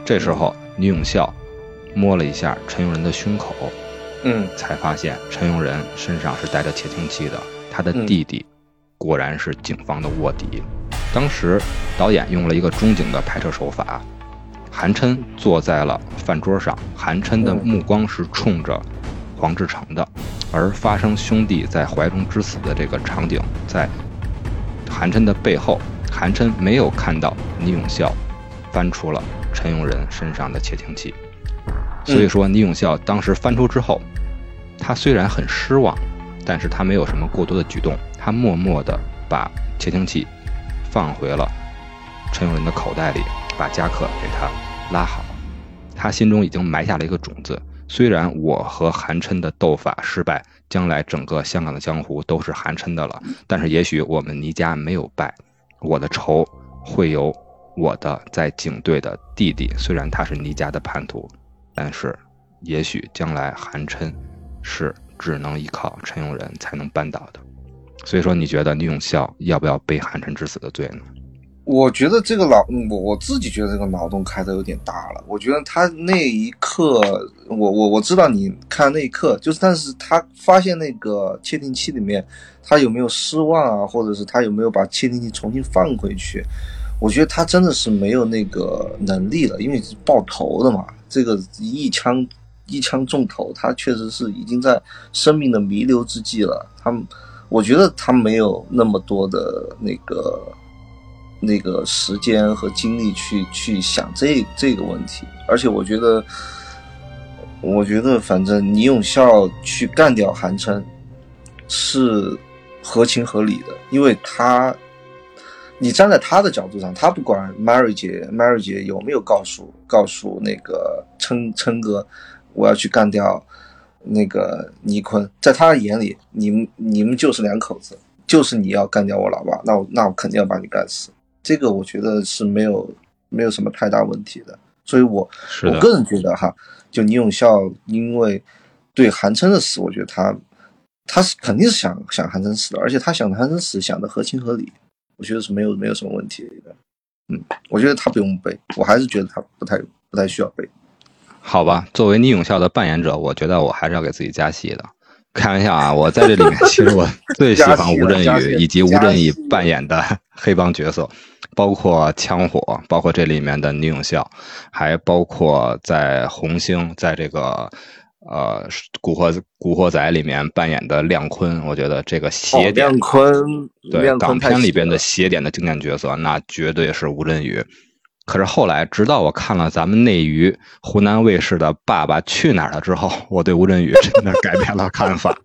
Speaker 4: 这时候倪永孝摸了一下陈永仁的胸口，
Speaker 3: 嗯，
Speaker 4: 才发现陈永仁身上是带着窃听器的，他的弟弟果然是警方的卧底。当时导演用了一个中景的拍摄手法，韩琛坐在了饭桌上，韩琛的目光是冲着黄志成的，而发生兄弟在怀中之死的这个场景在韩琛的背后，韩琛没有看到倪永孝翻出了陈永仁身上的窃听器，所以说倪永孝当时翻出之后，他虽然很失望，但是他没有什么过多的举动，他默默地把窃听器放回了陈永仁的口袋里，把夹克给他拉好。他心中已经埋下了一个种子，虽然我和韩琛的斗法失败，将来整个香港的江湖都是韩琛的了，但是也许我们倪家没有败，我的仇会由我的在警队的弟弟，虽然他是倪家的叛徒，但是也许将来韩琛是只能依靠陈永仁才能扳倒的。所以说你觉得倪永孝要不要背韩琛之死的罪呢？
Speaker 3: 我觉得这个脑，我我自己觉得这个脑洞开的有点大了。我觉得他那一刻，我我我知道你看那一刻，就是但是他发现那个窃听器里面，他有没有失望啊，或者是他有没有把窃听器重新放回去？我觉得他真的是没有那个能力了，因为是爆头的嘛，这个一枪一枪中头，他确实是已经在生命的弥留之际了。他，我觉得他没有那么多的那个。那个时间和精力去去想这这个问题，而且我觉得，我觉得反正倪永孝去干掉韩琛是合情合理的，因为他，你站在他的角度上，他不管 Mary 姐 Mary 姐有没有告诉告诉那个琛琛哥，我要去干掉那个倪坤，在他的眼里，你们你们就是两口子，就是你要干掉我老爸，那我那我肯定要把你干死。这个我觉得是没有没有什么太大问题的，所以我我个人觉得哈，就倪永孝因为对韩琛的死，我觉得他他是肯定是想想韩琛死的，而且他想韩琛死想的合情合理，我觉得是没有没有什么问题的。嗯，我觉得他不用背，我还是觉得他不太不太需要背。
Speaker 4: 好吧，作为倪永孝的扮演者，我觉得我还是要给自己加戏的。开玩笑啊，我在这里面其实我最喜欢吴镇宇以及吴镇宇扮演的黑帮角色，包括枪火，包括这里面的倪永孝，还包括在红星，在这个呃古惑古惑仔里面扮演的亮坤，我觉得这个邪点，
Speaker 3: 哦、亮坤
Speaker 4: 对港片里边的邪点的经典角色，那绝对是吴镇宇。可是后来，直到我看了咱们内娱湖南卫视的《爸爸去哪儿了》之后，我对吴镇宇真的改变了看法。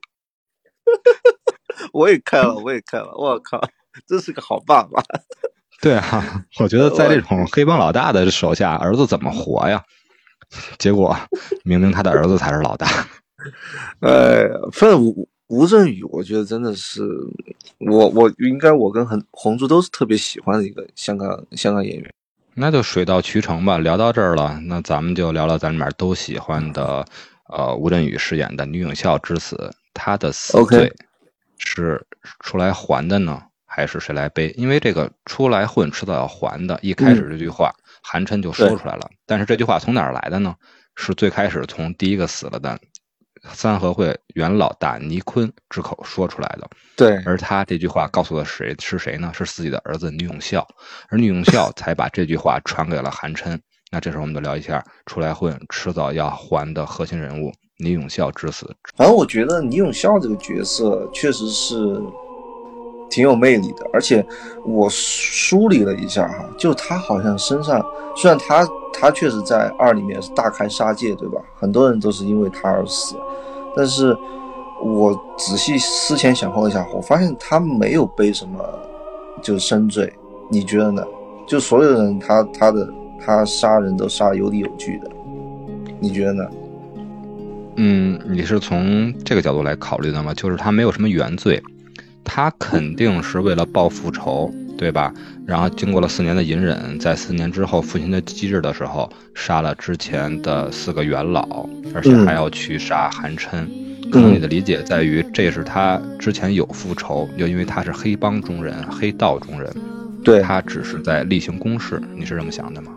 Speaker 3: 我也看了，我也看了，我靠，这是个好爸爸。
Speaker 4: 对啊，我觉得在这种黑帮老大的手下，儿子怎么活呀？结果明明他的儿子才是老大。
Speaker 3: 呃，反正吴吴镇宇，我觉得真的是我我应该我跟红红珠都是特别喜欢的一个香港香港演员。
Speaker 4: 那就水到渠成吧，聊到这儿了，那咱们就聊聊咱里面都喜欢的，呃，吴镇宇饰演的倪永孝之死，他的死罪是出来还的呢， okay. 还是谁来背？因为这个出来混迟早要还的，一开始这句话、嗯、韩琛就说出来了，但是这句话从哪儿来的呢？是最开始从第一个死了的三合会原老大倪坤之口说出来的。
Speaker 3: 对，
Speaker 4: 而他这句话告诉了谁是谁呢？是自己的儿子倪永孝，而倪永孝才把这句话传给了韩琛。那这时候我们就聊一下出来混迟早要还的核心人物倪永孝之死。
Speaker 3: 反正我觉得倪永孝这个角色确实是挺有魅力的，而且我梳理了一下哈，就他好像身上虽然他他确实在二里面是大开杀戒，对吧？很多人都是因为他而死，但是我仔细思前想后一下，我发现他没有背什么就深罪，你觉得呢？就所有人他他的他杀人都杀有理有据的，你觉得呢？
Speaker 4: 嗯，你是从这个角度来考虑的吗？就是他没有什么原罪，他肯定是为了报复仇，对吧？然后经过了四年的隐忍，在四年之后父亲的忌日的时候，杀了之前的四个元老，而且还要去杀韩琛。嗯、可能你的理解在于，这是他之前有复仇，又因为他是黑帮中人、黑道中人，
Speaker 3: 对，
Speaker 4: 他只是在例行公事。你是这么想的吗？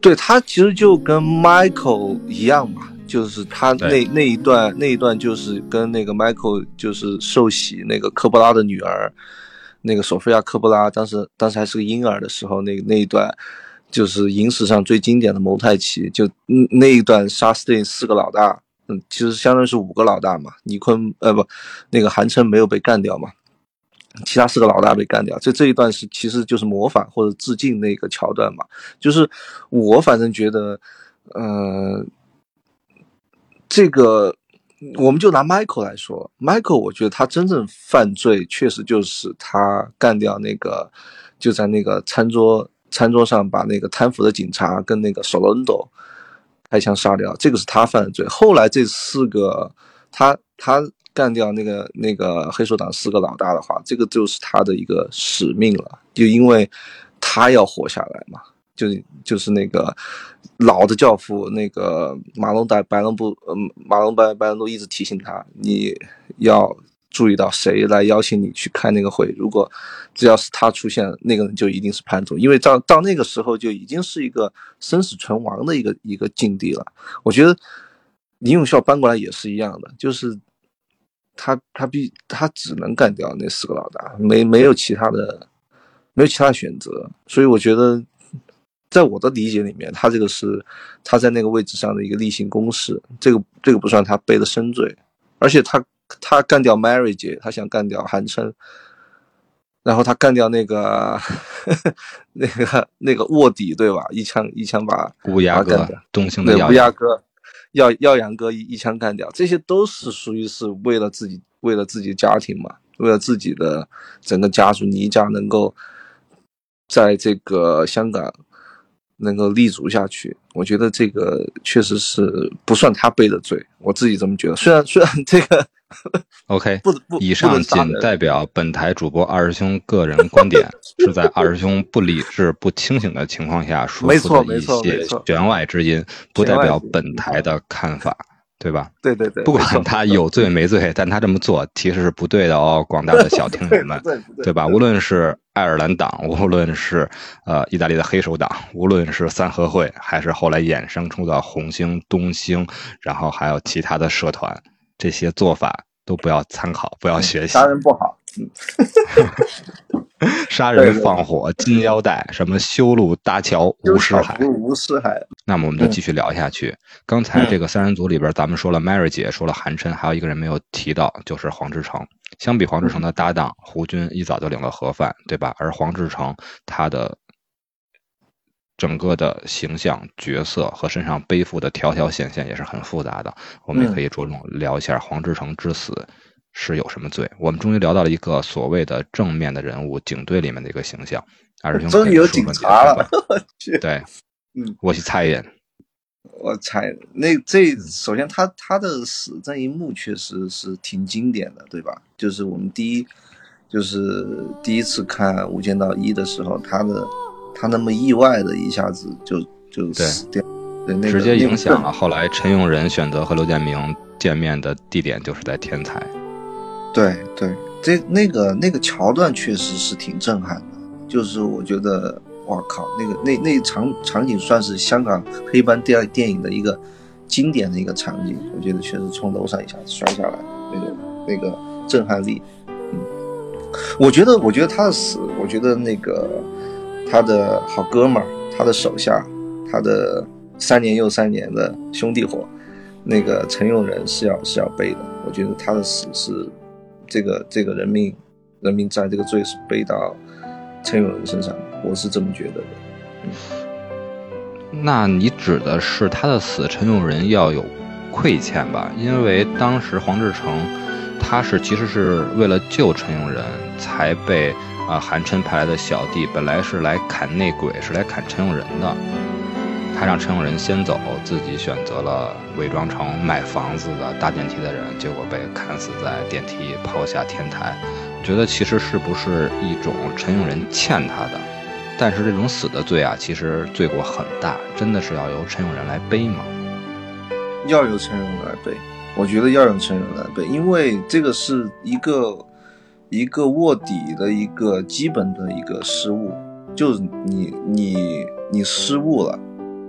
Speaker 3: 对，他其实就跟 Michael 一样嘛，就是他那那一段那一段就是跟那个 Michael 就是受洗那个科波拉的女儿，那个索菲亚科波拉当时当时还是个婴儿的时候，那那一段就是影史上最经典的蒙太奇，就那一段杀死那四个老大，嗯，其实相当于是五个老大嘛，尼坤呃不，那个韩琛没有被干掉嘛。其他四个老大被干掉，这这一段是其实就是模仿或者致敬那个桥段嘛。就是我反正觉得，呃，这个我们就拿 Michael 来说 ，Michael 我觉得他真正犯罪确实就是他干掉那个，就在那个餐桌餐桌上把那个贪腐的警察跟那个 Solondo 开枪杀掉，这个是他犯的罪。后来这四个他他。干掉那个那个黑手党四个老大的话，这个就是他的一个使命了，就因为他要活下来嘛，就是就是那个老的教父那个马龙白白伦布，嗯，马龙白白伦布一直提醒他，你要注意到谁来邀请你去开那个会，如果只要是他出现，那个人就一定是叛徒，因为到到那个时候就已经是一个生死存亡的一个一个境地了。我觉得林永孝搬过来也是一样的，就是。他他必他只能干掉那四个老大，没没有其他的没有其他的选择，所以我觉得，在我的理解里面，他这个是他在那个位置上的一个例行公事，这个这个不算他背的深罪，而且他他干掉 Mary 姐，他想干掉韩琛，然后他干掉那个呵呵那个那个卧底对吧？一枪一枪把
Speaker 4: 乌鸦哥东兴的
Speaker 3: 乌鸦哥。耀耀阳哥一一枪干掉，这些都是属于是为了自己，为了自己的家庭嘛，为了自己的整个家族倪家能够在这个香港能够立足下去。我觉得这个确实是不算他背的罪，我自己这么觉得。虽然虽然这个
Speaker 4: OK，
Speaker 3: 不不，
Speaker 4: 以上仅代表本台主播二师兄个人观点，是在二师兄不理智、不清醒的情况下说出的一些弦外之音，不代表本台的看法，对吧？
Speaker 3: 对对对，
Speaker 4: 不管他有罪没罪，但他这么做其实是不对的哦，广大的小听友们，
Speaker 3: 对, 对, 对,
Speaker 4: 对吧？无论是爱尔兰党，无论是呃意大利的黑手党，无论是三合会，还是后来衍生出的红星、东星，然后还有其他的社团，这些做法都不要参考，不要学习。
Speaker 3: 杀人不好，
Speaker 4: 杀人放火、金腰带，什么修路搭桥无尸骸，
Speaker 3: 无尸骸。
Speaker 4: 那么我们就继续聊下去。嗯、刚才这个三人组里边，咱们说了 Mary 姐，说了韩琛，还有一个人没有提到，就是黄志诚。相比黄志诚的搭档胡军，一早就领了盒饭，对吧？而黄志诚他的整个的形象、角色和身上背负的条条线线也是很复杂的。我们也可以着重聊一下黄志诚之死是有什么罪。我们终于聊到了一个所谓的正面的人物，警队里面的一个形象。二师兄
Speaker 3: 终于有警察了，
Speaker 4: 对，
Speaker 3: 嗯，
Speaker 4: 我去猜一眼。
Speaker 3: 我猜那这首先他他的死这一幕确实是挺经典的，对吧？就是我们第一就是第一次看《无间道一》的时候，他的他那么意外的一下子就就死掉，对，那个
Speaker 4: 直接影响了后来陈永仁选择和刘建明见面的地点就是在天才。
Speaker 3: 对对，这那个那个桥段确实是挺震撼的，就是我觉得。哇靠，那个那那场场景算是香港黑帮电电影的一个经典的一个场景，我觉得确实从楼上一下子摔下来，那个那个震撼力，嗯，我觉得我觉得他的死，我觉得那个他的好哥们儿，他的手下，他的三年又三年的兄弟伙，那个陈永仁是要是要背的，我觉得他的死是这个这个人命人命债这个罪是背到陈永仁身上的。我是这么觉得的。
Speaker 4: 嗯、那你指的是他的死，陈永仁要有亏欠吧？因为当时黄志诚他是其实是为了救陈永仁才被啊、呃、韩琛派来的小弟，本来是来砍内鬼，是来砍陈永仁的。他让陈永仁先走，自己选择了伪装成买房子的搭电梯的人，结果被砍死在电梯抛下天台。我觉得其实是不是一种陈永仁欠他的？但是这种死的罪啊，其实罪过很大，真的是要由陈永仁来背吗？
Speaker 3: 要由陈永仁来背，我觉得要由陈永仁来背，因为这个是一个一个卧底的一个基本的一个失误，就是你你你失误了，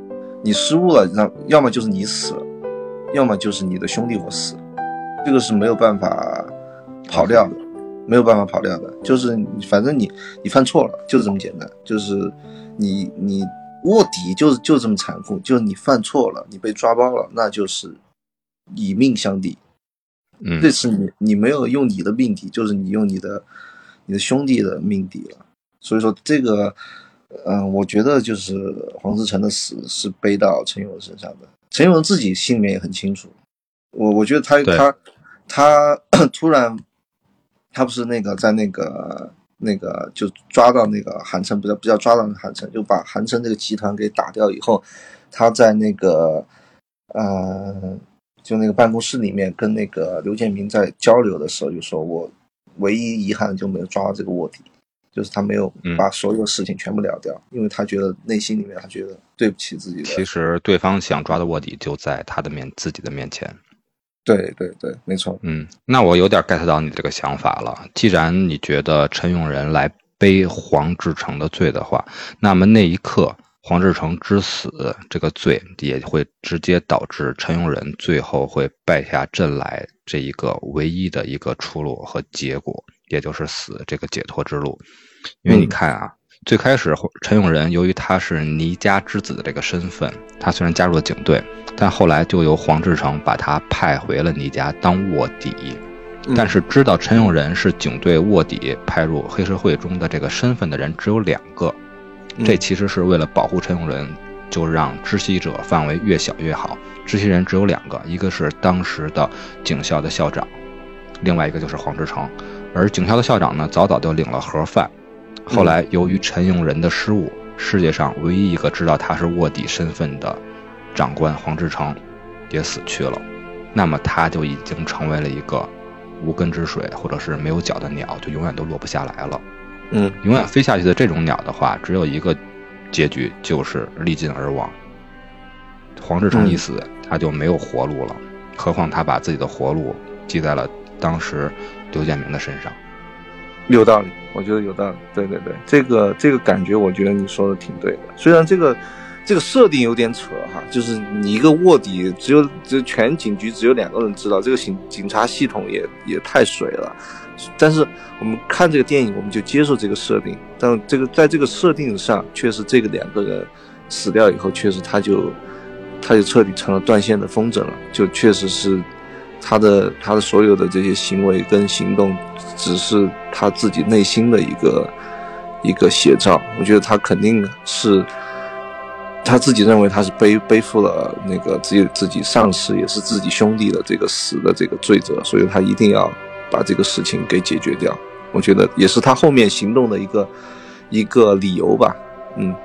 Speaker 3: 你失误了，那要么就是你死，要么就是你的兄弟伙死，这个是没有办法跑掉的，没有办法跑掉的。就是反正你你犯错了，就是这么简单。就是你你卧底就是就这么残酷，就是你犯错了，你被抓包了，那就是以命相抵。
Speaker 4: 嗯，
Speaker 3: 这次你你没有用你的命抵，就是你用你的你的兄弟的命抵了。所以说这个，嗯、呃，我觉得就是黄志诚的死是背到陈永仁身上的。陈永仁自己心里面也很清楚，我我觉得他他他突然，他不是那个在那个那个就抓到那个韩琛，不叫不叫抓到韩琛，就把韩琛这个集团给打掉以后，他在那个呃。就那个办公室里面跟那个刘建明在交流的时候，就说我唯一遗憾就没有抓到这个卧底，就是他没有把所有事情全部了掉，嗯、因为他觉得内心里面他觉得对不起自己的。
Speaker 4: 其实对方想抓的卧底就在他的面自己的面前。
Speaker 3: 对对对，没错。
Speaker 4: 嗯，那我有点 get 到你这个想法了。既然你觉得陈永仁来背黄志诚的罪的话，那么那一刻。黄志诚之死这个罪也会直接导致陈永仁最后会败下阵来这一个唯一的一个出路和结果，也就是死这个解脱之路。因为你看啊，嗯、最开始陈永仁由于他是倪家之子的这个身份，他虽然加入了警队，但后来就由黄志诚把他派回了倪家当卧底。嗯、但是知道陈永仁是警队卧底派入黑社会中的这个身份的人只有两个。这其实是为了保护陈永仁，就让知悉者范围越小越好。知悉人只有两个，一个是当时的警校的校长，另外一个就是黄志诚。而警校的校长呢，早早就领了盒饭。后来由于陈永仁的失误，世界上唯一一个知道他是卧底身份的长官黄志诚也死去了。那么他就已经成为了一个无根之水，或者是没有脚的鸟，就永远都落不下来了。
Speaker 3: 嗯，
Speaker 4: 永远飞下去的这种鸟的话，只有一个结局，就是力尽而亡。黄志诚一死，嗯、他就没有活路了，何况他把自己的活路记在了当时刘建明的身上。
Speaker 3: 有道理，我觉得有道理。对对对，这个这个感觉，我觉得你说的挺对的。虽然这个这个设定有点扯哈，就是你一个卧底，只有只全警局只有两个人知道，这个警警察系统也也太水了。但是我们看这个电影，我们就接受这个设定，但这个在这个设定上，确实这个两个人死掉以后，确实他就他就彻底成了断线的风筝了，就确实是他的他的所有的这些行为跟行动，只是他自己内心的一个一个写照。我觉得他肯定是他自己认为他是背背负了那个自己自己上司也是自己兄弟的这个死的这个罪责，所以他一定要把这个事情给解决掉，我觉得也是他后面行动的一个一个理由吧。嗯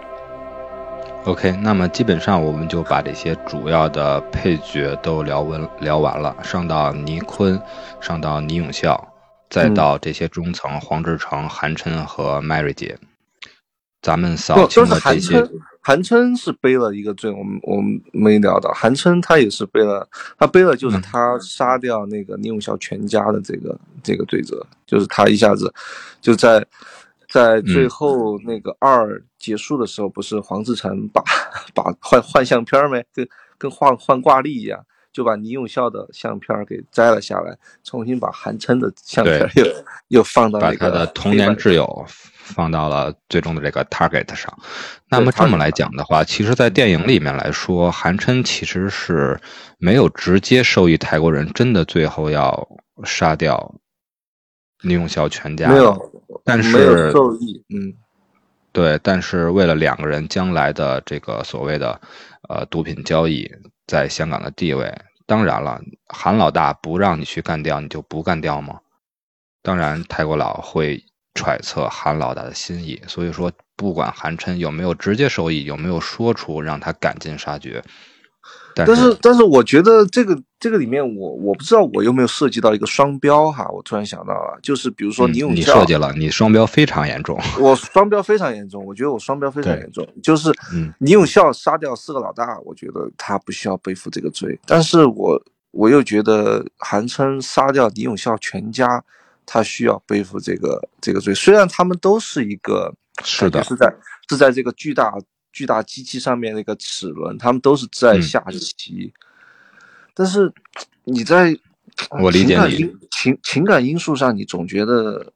Speaker 4: OK， 那么基本上我们就把这些主要的配角都聊完聊完了，上到倪坤，上到倪永孝，再到这些中层、嗯、黄志诚、韩琛和 Mary 姐，咱们扫清了这些。
Speaker 3: 韩琛是背了一个罪，我们我们没聊到。韩琛他也是背了，他背了就是他杀掉那个倪永孝全家的这个、嗯、这个罪责，就是他一下子就在在最后那个二结束的时候，不是黄志诚把把换换相片没，跟跟换换挂历一样，就把倪永孝的相片给摘了下来，重新把韩琛的相片又又放到那个
Speaker 4: 把他的童年挚友放到了最终的这个 target 上。那么这么来讲的话，其实在电影里面来说，韩琛其实是没有直接授意泰国人真的最后要杀掉倪永孝全家，
Speaker 3: 没有，
Speaker 4: 但是
Speaker 3: 没有授意，嗯，
Speaker 4: 对，但是为了两个人将来的这个所谓的呃毒品交易在香港的地位，当然了，韩老大不让你去干掉，你就不干掉吗？当然泰国佬会揣测韩老大的心意，所以说不管韩琛有没有直接授意，有没有说出让他赶尽杀绝，但是
Speaker 3: 但是但是我觉得这个这个里面我我不知道我有没有涉及到一个双标哈，我突然想到了，就是比如说倪永孝、
Speaker 4: 嗯、你涉及了，你双标非常严重。
Speaker 3: 我双标非常严重，我觉得我双标非常严重，就是倪永孝杀掉四个老大，我觉得他不需要背负这个罪，但是我我又觉得韩琛杀掉倪永孝全家，他需要背负这个这个罪，虽然他们都是一个
Speaker 4: 是的，
Speaker 3: 是在是在这个巨大巨大机器上面那个齿轮，他们都是在下棋。嗯、但是你在
Speaker 4: 我理解你
Speaker 3: 情情感因素上，你总觉得。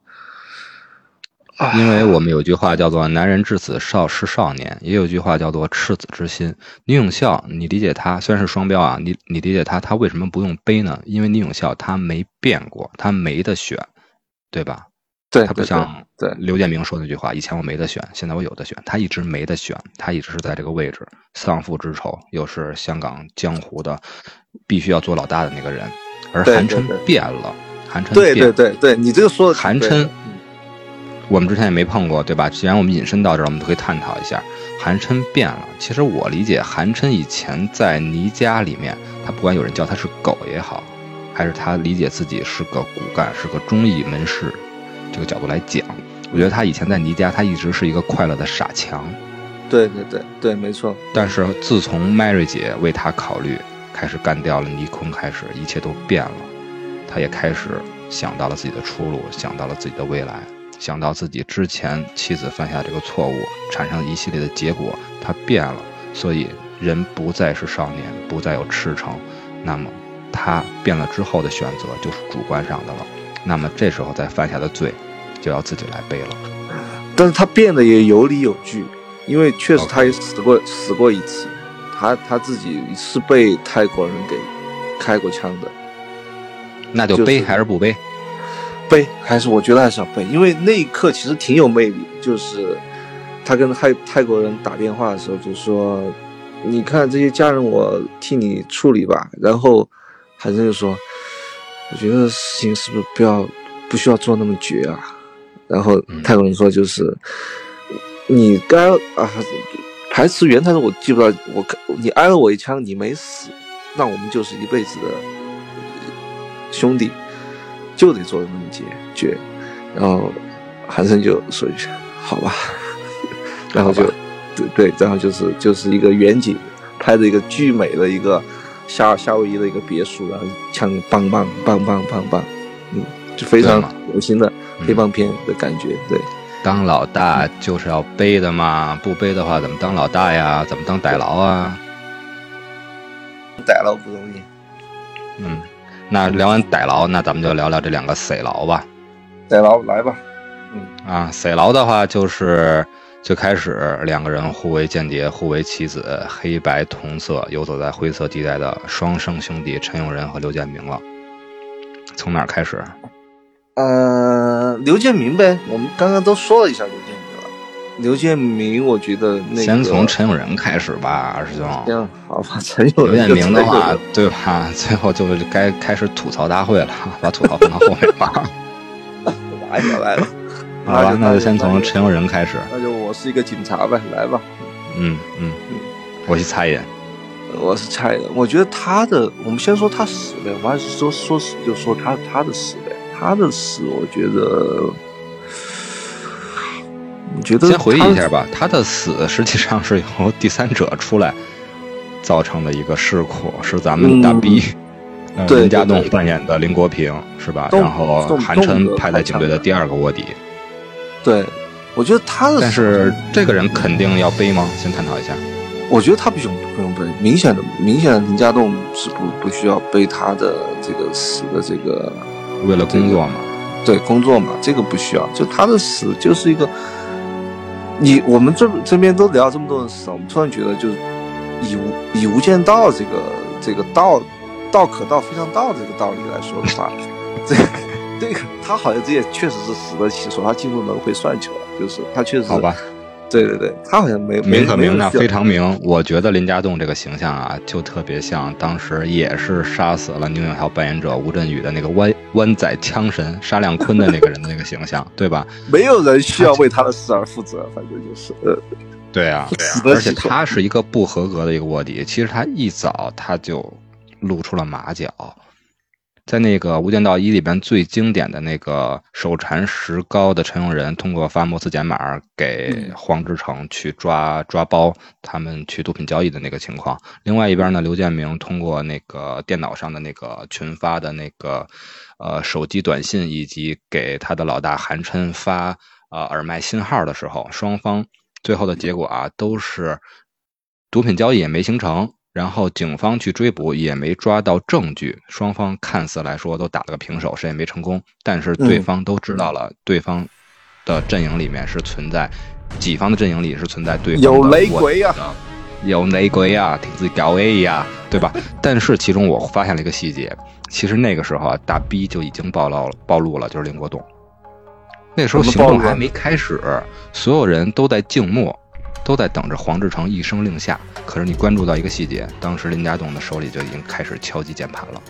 Speaker 4: 因为我们有句话叫做男人至死少是少年，也有句话叫做赤子之心。倪永孝你理解他虽然是双标啊，你你理解他他为什么不用背呢？因为倪永孝他没变过，他没得选，对吧？
Speaker 3: 对，
Speaker 4: 他不像
Speaker 3: 对
Speaker 4: 刘建明说那句话，以前我没得选，现在我有得选，他一直没得选，他一直是在这个位置，丧父之仇，又是香港江湖的必须要做老大的那个人。而韩琛变了，韩琛
Speaker 3: 对对对对，你这个说的
Speaker 4: 韩琛我们之前也没碰过，对吧？既然我们引申到这儿，我们都可以探讨一下。韩琛变了，其实我理解韩琛以前在倪家里面，他不管有人叫他是狗也好，还是他理解自己是个骨干，是个忠义门士，这个角度来讲，我觉得他以前在倪家，他一直是一个快乐的傻强。
Speaker 3: 对对对对，没错。
Speaker 4: 但是自从 Mary 姐为他考虑，开始干掉了倪坤，开始一切都变了，他也开始想到了自己的出路，想到了自己的未来。想到自己之前妻子犯下这个错误产生一系列的结果，他变了，所以人不再是少年，不再有赤诚，那么他变了之后的选择就是主观上的了，那么这时候再犯下的罪就要自己来背了。
Speaker 3: 但是他变得也有理有据，因为确实他也死过、okay. 死过一次，他他自己是被泰国人给开过枪的。
Speaker 4: 那就背还是不背？就是
Speaker 3: 背还是我觉得还是要背，因为那一刻其实挺有魅力。就是他跟泰泰国人打电话的时候就说：“你看这些家人，我替你处理吧。”然后韩琛就说：“我觉得事情是不是不要不需要做那么绝啊？”然后泰国人说：“就是、嗯、你该啊，台词原台词我记不到，我你挨了我一枪，你没死，那我们就是一辈子的兄弟。”就得做的那么决绝，然后韩琛就说一句好吧，然后就对对，然后就是就是一个远景拍的一个巨美的一个夏夏威夷的一个别墅，然后枪棒棒棒棒棒棒，嗯，就非常恶心的黑帮片的感觉。对，
Speaker 4: 当老大就是要背的嘛，不背的话怎么当老大呀？怎么当逮牢啊？
Speaker 3: 逮牢不容易。
Speaker 4: 嗯。那聊完逮牢，那咱们就聊聊这两个匪牢吧。
Speaker 3: 逮牢来吧，嗯
Speaker 4: 啊，匪牢的话就是就开始两个人互为间谍，互为棋子，黑白同色，游走在灰色地带的双生兄弟陈永仁和刘建明了。从哪儿开始？
Speaker 3: 呃，刘建明呗，我们刚刚都说了一下刘建明了。刘建明，我觉得那个
Speaker 4: 先从陈永仁开始吧，二师兄。
Speaker 3: 行，好吧，陈永仁。
Speaker 4: 刘建明的话，对吧？最后就该开始吐槽大会了，把吐槽放到后面吧。
Speaker 3: 来了来了，
Speaker 4: 好吧，那就先从陈永仁开始。
Speaker 3: 那就我是一个警察呗，来吧。
Speaker 4: 嗯嗯嗯，我是蔡人，
Speaker 3: 我是蔡人。我觉得他的，我们先说他死呗，我还是说说死就说他他的死呗。他的死，我觉得。你觉得
Speaker 4: 先回忆一下吧，他的死实际上是由第三者出来造成的一个事故，是咱们大 B，、嗯呃、林家栋扮演的林国平是吧？然后韩琛派在警队的第二个卧底。
Speaker 3: 对，我觉得他的，
Speaker 4: 但是这个人肯定要背吗？先探讨一下。
Speaker 3: 我觉得他不用不用背，明显的明显的林家栋是不不需要背他的这个死的这个，
Speaker 4: 为了工作嘛。
Speaker 3: 这个、对，工作嘛，这个不需要，就他的死就是一个。你我们这这边都聊这么多人死，我们突然觉得就是以无以无间道这个这个道道可道非常道这个道理来说的话，这个这个他好像这也确实是死得其所，他进入轮回算球了，就是他确实
Speaker 4: 好吧。
Speaker 3: 对对对，他好像没
Speaker 4: 名可名，那非常名。我觉得林家栋这个形象啊，就特别像当时也是杀死了宁永桥扮演者吴镇宇的那个湾湾仔枪神沙亮坤的那个人的那个形象，对吧？
Speaker 3: 没有人需要为他的死而负责，反正就是，呃，
Speaker 4: 对啊，对啊。而且他是一个不合格的一个卧底，其实他一早他就露出了马脚。在那个《无间道一》里边最经典的那个手缠石膏的陈永仁，通过发摩斯减码给黄志成去抓抓包，他们去毒品交易的那个情况。另外一边呢，刘建明通过那个电脑上的那个群发的那个呃手机短信，以及给他的老大韩琛发呃耳麦信号的时候，双方最后的结果啊，都是毒品交易也没形成，然后警方去追捕也没抓到证据，双方看似来说都打了个平手，谁也没成功。但是对方都知道了，对方的阵营里面是存在，己方的阵营里是存在对方的
Speaker 3: 有雷鬼啊，
Speaker 4: 有雷鬼啊，挺自己搞 A 呀，对吧？但是其中我发现了一个细节，其实那个时候啊，大 B 就已经暴露了，暴露了，就是林国栋。那时候行动还没开始，所有人都在静默，都在等着黄志成一声令下。可是你关注到一个细节，当时林家栋的手里就已经开始敲击键盘了。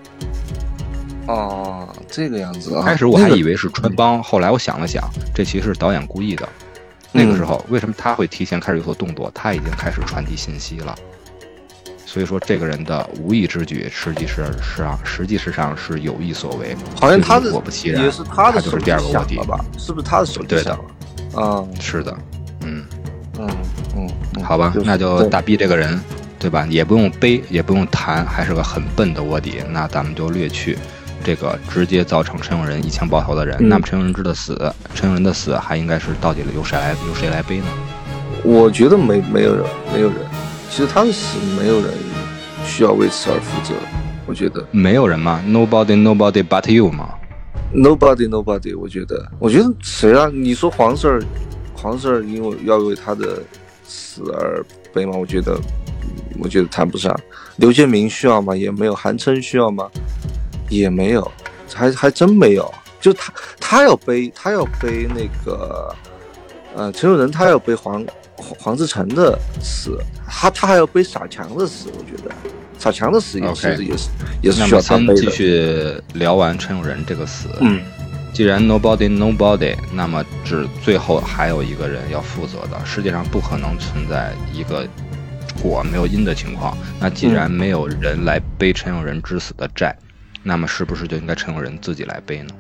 Speaker 3: 哦，这个样子啊！
Speaker 4: 开始我还以为是穿帮，那个、后来我想了想，这其实是导演故意的。那个时候，为什么他会提前开始有所动作？他已经开始传递信息了。所以说，这个人的无意之举，实际是是啊，实际上是有意所为。
Speaker 3: 好像他的
Speaker 4: 果不其然，
Speaker 3: 也是他的
Speaker 4: 就是第二个卧底
Speaker 3: 了吧？是不是他的手机响了？啊，
Speaker 4: 是的，嗯
Speaker 3: 嗯嗯，
Speaker 4: 好吧，
Speaker 3: 就是、
Speaker 4: 那就大 B 这个人，对吧？也不用背，也不用谈，还是个很笨的卧底。那咱们就略去这个直接造成陈永仁一枪爆头的人。嗯、那么陈永仁的死，陈永仁的死还应该是到底由谁来由谁来背呢？
Speaker 3: 我觉得没没有人，没有人。其实他的死没有人需要为此而负责，我觉得
Speaker 4: 没有人吗 ？Nobody, nobody but you 吗
Speaker 3: ？Nobody, nobody。我觉得，我觉得谁啊？你说黄 Sir， 黄 Sir 因为要为他的死而背吗？我觉得，我觉得谈不上。刘建明需要吗？也没有。韩琛需要吗？也没有，还还真没有。就他，他要背，他要背那个，呃，陈永仁，他要背黄。黄志成的死，他他还要背傻强的死，我觉得傻强的死也其实也是、okay. 也是需要他背的。
Speaker 4: 那么先继续聊完陈永仁这个死。
Speaker 3: 嗯，
Speaker 4: 既然 nobody nobody， 那么只最后还有一个人要负责的。世界上不可能存在一个果没有因的情况。那既然没有人来背陈永仁之死的债，嗯、那么是不是就应该陈永仁自己来背呢？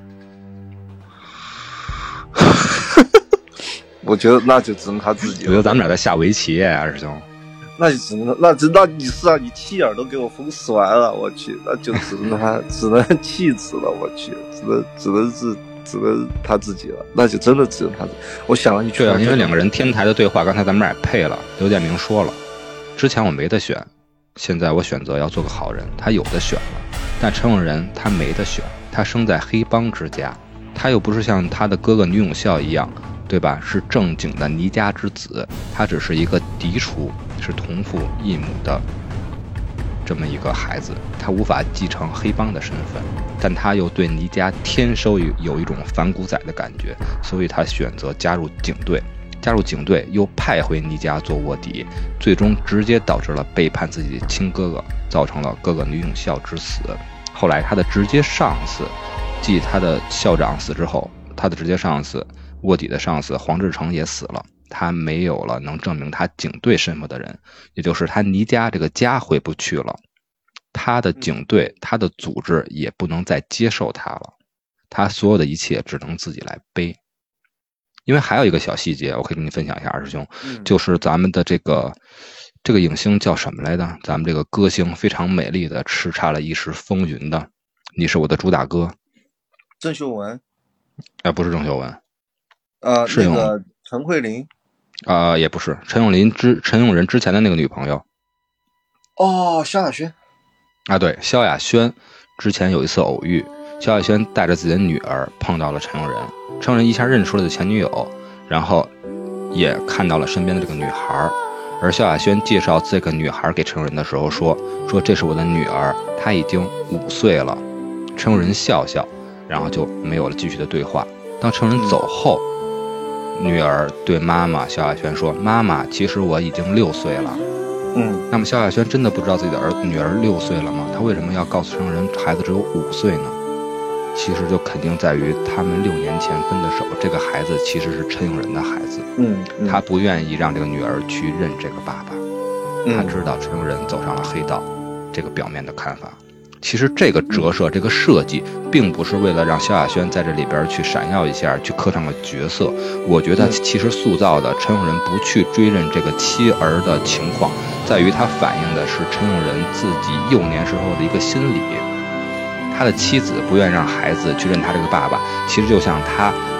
Speaker 3: 我觉得那就只能他自己了。
Speaker 4: 我觉得咱们俩在下围棋啊，二师兄。
Speaker 3: 那就只能，那只那你是啊，你气眼都给我封死完了，我去，那就只能他，只能气死了，我去，只能只能是只能他自己了，那就真的只能他自己。我想了，你
Speaker 4: 对啊，因为两个人天台的对话，刚才咱们俩也配了。刘建明说了，之前我没得选，现在我选择要做个好人，他有的选了，但陈永仁他没得选，他生在黑帮之家，他又不是像他的哥哥倪永孝一样。对吧？是正经的倪家之子，他只是一个嫡出，是同父异母的这么一个孩子，他无法继承黑帮的身份，但他又对倪家天生有一种反骨仔的感觉，所以他选择加入警队，加入警队又派回倪家做卧底，最终直接导致了背叛自己的亲哥哥，造成了哥哥倪永孝之死。后来他的直接上司，继他的校长死之后，他的直接上司。卧底的上司黄志成也死了，他没有了能证明他警队身份的人，也就是他倪家这个家回不去了，他的警队他的组织也不能再接受他了，他所有的一切只能自己来背。因为还有一个小细节我可以跟你分享一下，二师兄，就是咱们的这个这个影星叫什么来着？咱们这个歌星非常美丽的叱咤了一时风云的你是我的主打歌，
Speaker 3: 郑秀文
Speaker 4: 啊，不是郑秀文，
Speaker 3: 呃，那个陈慧琳，
Speaker 4: 啊、呃，也不是陈永林之陈永仁之前的那个女朋友。
Speaker 3: 哦，萧亚轩。
Speaker 4: 啊，对，萧亚轩之前有一次偶遇，萧亚轩带着自己的女儿碰到了陈永仁，陈永仁一下认出了前女友，然后也看到了身边的这个女孩，而萧亚轩介绍这个女孩给陈永仁的时候说说这是我的女儿，她已经五岁了。陈永仁笑笑，然后就没有了继续的对话。当陈永仁走后。嗯女儿对妈妈萧亚轩说：“妈妈，其实我已经六岁了。”
Speaker 3: 嗯，
Speaker 4: 那么萧亚轩真的不知道自己的儿女儿六岁了吗？他为什么要告诉陈永仁孩子只有五岁呢？其实就肯定在于他们六年前分的手，这个孩子其实是陈永仁的孩子。
Speaker 3: 嗯，嗯
Speaker 4: 他不愿意让这个女儿去认这个爸爸，
Speaker 3: 嗯、
Speaker 4: 他知道陈永仁走上了黑道，这个表面的看法。其实这个折射，这个设计，并不是为了让萧亚轩在这里边去闪耀一下，去刻上个角色。我觉得其实塑造的陈永仁不去追认这个妻儿的情况，在于他反映的是陈永仁自己幼年时候的一个心理。他的妻子不愿意让孩子去认他这个爸爸，其实就像他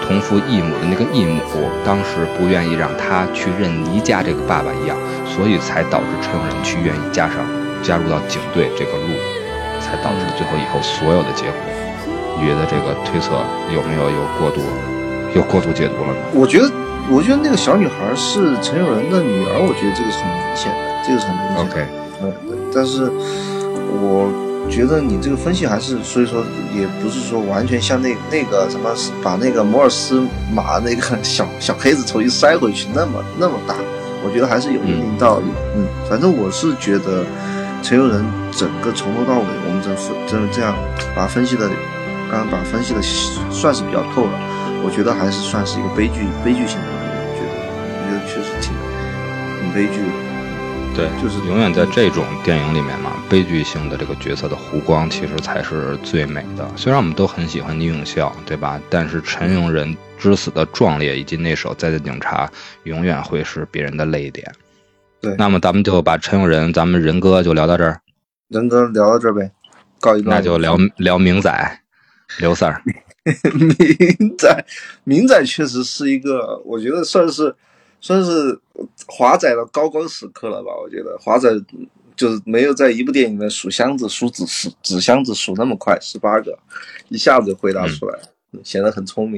Speaker 4: 同父异母的那个异母，当时不愿意让他去认倪家这个爸爸一样，所以才导致陈永仁去愿意加上加入到警队这个路，才导致最后以后所有的结果。你觉得这个推测有没有有过度有过度解读了呢？
Speaker 3: 我觉得，我觉得那个小女孩是陈永仁的女儿，我觉得这个是很明显的，这个是很明显的。
Speaker 4: OK，
Speaker 3: 嗯，但是我觉得你这个分析还是，所以说也不是说完全像那那个什么，把那个摩尔斯马那个小小黑子重新塞回去那么那么大，我觉得还是有一定道理。嗯，反正我是觉得陈永仁整个从头到尾，我们这这这样把分析的，刚刚把分析的算是比较透了。我觉得还是算是一个悲剧悲剧性的人物，我觉得我觉得确实挺挺悲剧的。
Speaker 4: 对，
Speaker 3: 就是
Speaker 4: 永远在这种电影里面嘛，悲剧性的这个角色的弧光其实才是最美的。虽然我们都很喜欢倪永孝，对吧？但是陈永仁之死的壮烈以及那首《再见警察》永远会是别人的泪点。
Speaker 3: 对，
Speaker 4: 那么咱们就把陈永仁，咱们仁哥就聊到这儿。
Speaker 3: 仁哥聊到这儿呗，告一段落。
Speaker 4: 那就聊聊明仔，刘 Sir。
Speaker 3: 明仔，明仔确实是一个，我觉得算是算是华仔的高光时刻了吧？我觉得华仔就是没有在一部电影里面数箱子、数纸纸箱子数那么快，十八个一下子回答出来，嗯、显得很聪明。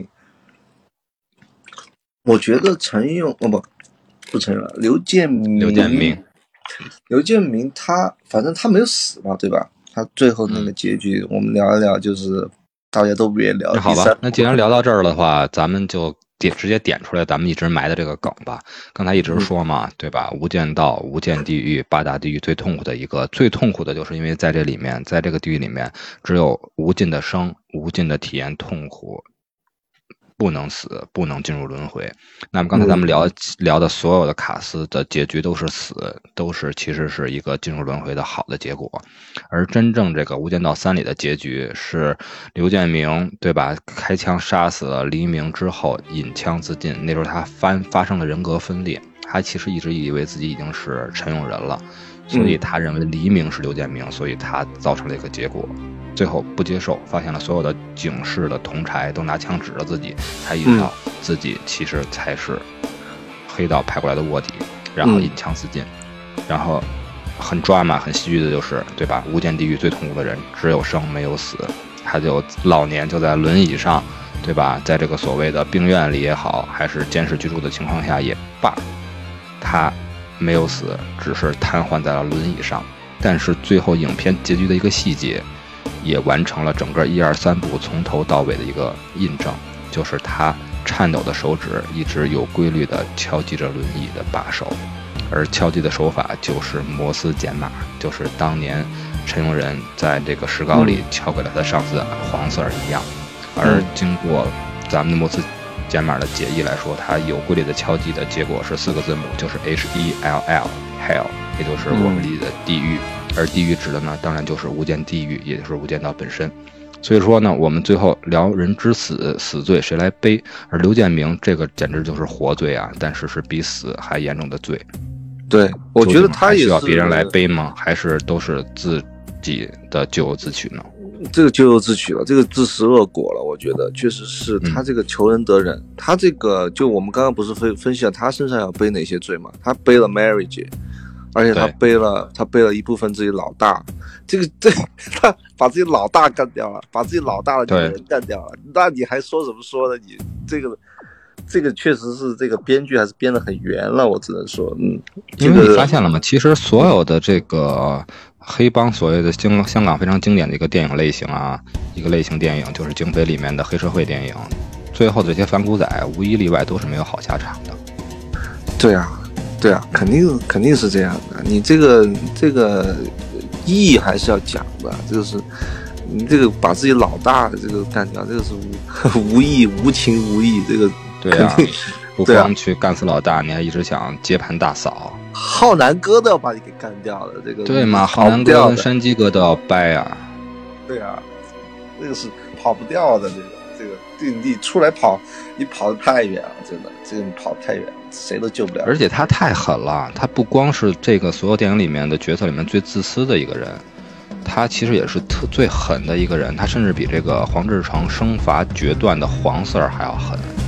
Speaker 3: 我觉得陈永哦不不陈永，刘建明，
Speaker 4: 刘建明，
Speaker 3: 刘建明他反正他没有死嘛，对吧？他最后那个结局，嗯、我们聊一聊，就是大家都别聊。
Speaker 4: 好吧，那既然聊到这儿的话，咱们就点直接点出来咱们一直埋的这个梗吧。刚才一直说嘛，嗯、对吧？无间道、无间地狱、八大地狱最痛苦的一个，最痛苦的就是因为在这里面，在这个地狱里面，只有无尽的生，无尽的体验痛苦。不能死，不能进入轮回。那么刚才咱们聊、嗯、聊的所有的卡斯的结局都是死，都是其实是一个进入轮回的好的结果。而真正这个《无间道三》里的结局是刘建明，对吧？开枪杀死了黎明之后，引枪自尽。那时候他发发生了人格分裂，他其实一直以为自己已经是陈永仁了，所以他认为黎明是刘建明，所以他造成了一个结果。最后不接受，发现了所有的警示的同柴都拿枪指着自己，才意识到自己其实才是黑道派过来的卧底，然后引枪自尽。嗯、然后很抓马、很戏剧的就是，对吧？无间地狱最痛苦的人只有生没有死，他就老年就在轮椅上，对吧？在这个所谓的病院里也好，还是监视居住的情况下也罢，他没有死，只是瘫痪在了轮椅上。但是最后影片结局的一个细节。也完成了整个一二三部从头到尾的一个印证，就是他颤抖的手指一直有规律地敲击着轮椅的把手，而敲击的手法就是摩斯减码，就是当年陈永仁在这个石膏里敲给了他上司黄色一样。而经过咱们的摩斯减码的解译来说，它有规律的敲击的结果是四个字母，就是 H E L L Hell， 也就是我们理解的地狱。而地狱指的呢，当然就是无间地狱，也就是无间道本身。所以说呢，我们最后聊人之死，死罪谁来背？而刘建明这个简直就是活罪啊，但是是比死还严重的罪。
Speaker 3: 对，我觉得他也是
Speaker 4: 需要别人来背吗？还是都是自己的咎由自取呢？
Speaker 3: 这个咎由自取了，这个自食恶果了。我觉得确实是他这个求人得人，嗯、他这个就我们刚刚不是分分析了他身上要背哪些罪吗？他背了 marriage。而且他背了，他背了一部分自己老大，这个这他把自己老大干掉了，把自己老大的这个人干掉了，那你还说什么说呢？你这个这个确实是这个编剧还是编得很圆了，我只能说，嗯，
Speaker 4: 因为你发现了吗？其实所有的这个黑帮所谓的香香港非常经典的一个电影类型啊，一个类型电影就是警匪里面的黑社会电影，最后这些反骨仔无一例外都是没有好下场的。
Speaker 3: 对啊。对啊，肯定肯定是这样的。你这个这个意义还是要讲的，这个是你这个把自己老大的这个干掉，这个是无无义无情无义，这个
Speaker 4: 对啊，不光去干死老大，你还一直想接盘大嫂。
Speaker 3: 浩南哥都要把你给干掉了，这个
Speaker 4: 对吗？浩南哥跟山鸡哥都要掰啊。
Speaker 3: 对啊，这个是跑不掉的，这个这个你你出来跑，你跑得太远了，真的，这个你跑得太远了。谁都救不了，
Speaker 4: 而且他太狠了。他不光是这个所有电影里面的角色里面最自私的一个人，他其实也是特最狠的一个人。他甚至比这个黄志诚生罚决断的黄四儿还要狠。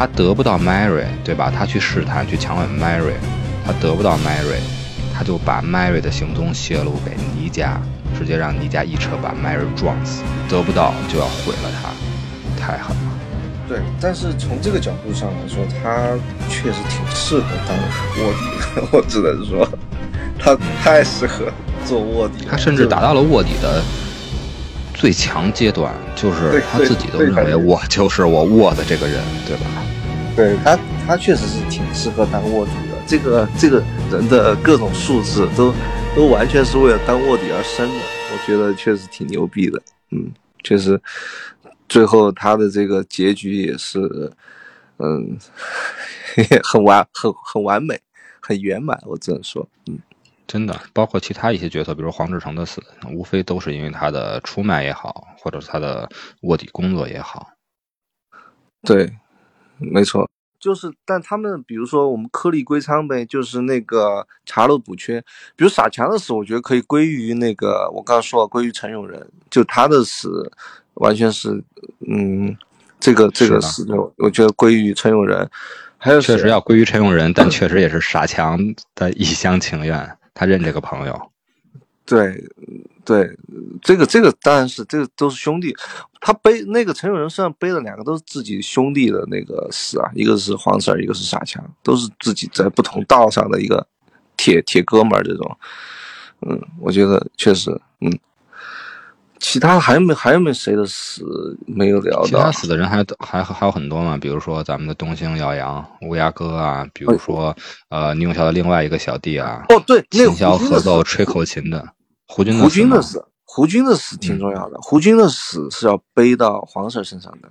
Speaker 4: 他得不到 Mary， 对吧？他去试探去强吻 Mary， 他得不到 Mary， 他就把 Mary 的行踪泄露给倪家，直接让倪家一车把 Mary 撞死，得不到就要毁了他，太狠了。
Speaker 3: 对，但是从这个角度上来说，他确实挺适合当卧底的，我只能说，他太适合做卧底了。
Speaker 4: 他甚至达到了卧底的最强阶段，就是他自己都认为我就是我卧的这个人，对吧？
Speaker 3: 对他，他确实是挺适合当卧底的。这个这个人的各种素质都都完全是为了当卧底而生的，我觉得确实挺牛逼的。嗯，确实。最后他的这个结局也是，嗯，很完很很完美，很圆满，我只能说，嗯，
Speaker 4: 真的，包括其他一些角色，比如黄志诚的死，无非都是因为他的出卖也好，或者他的卧底工作也好。
Speaker 3: 对，没错，就是，但他们比如说我们颗粒归仓呗，就是那个查漏补缺，比如傻强的死，我觉得可以归于那个我刚刚说归于陈永仁，就他的死。完全是，嗯，这个这个是，我觉得归于陈永仁，还有
Speaker 4: 确实要归于陈永仁，但确实也是傻强的一厢情愿，他认这个朋友。
Speaker 3: 对，对，这个这个当然是，这个都是兄弟，他背那个陈永仁身上背了两个都是自己兄弟的那个死啊，一个是黄 Sir， 一个是傻强，都是自己在不同道上的一个铁铁哥们儿这种，嗯，我觉得确实，嗯。其他还有没还有没有谁的死没有聊到？
Speaker 4: 其他死的人还还还有很多嘛，比如说咱们的东兴耀阳、乌鸦哥啊，比如说、哎、呃宁小的另外一个小弟啊。
Speaker 3: 哦，对，那
Speaker 4: 秦霄合奏吹口琴的胡军的死。
Speaker 3: 胡军的死，胡军的死挺重要的。嗯、胡军的死是要背到黄 Sir 身上的。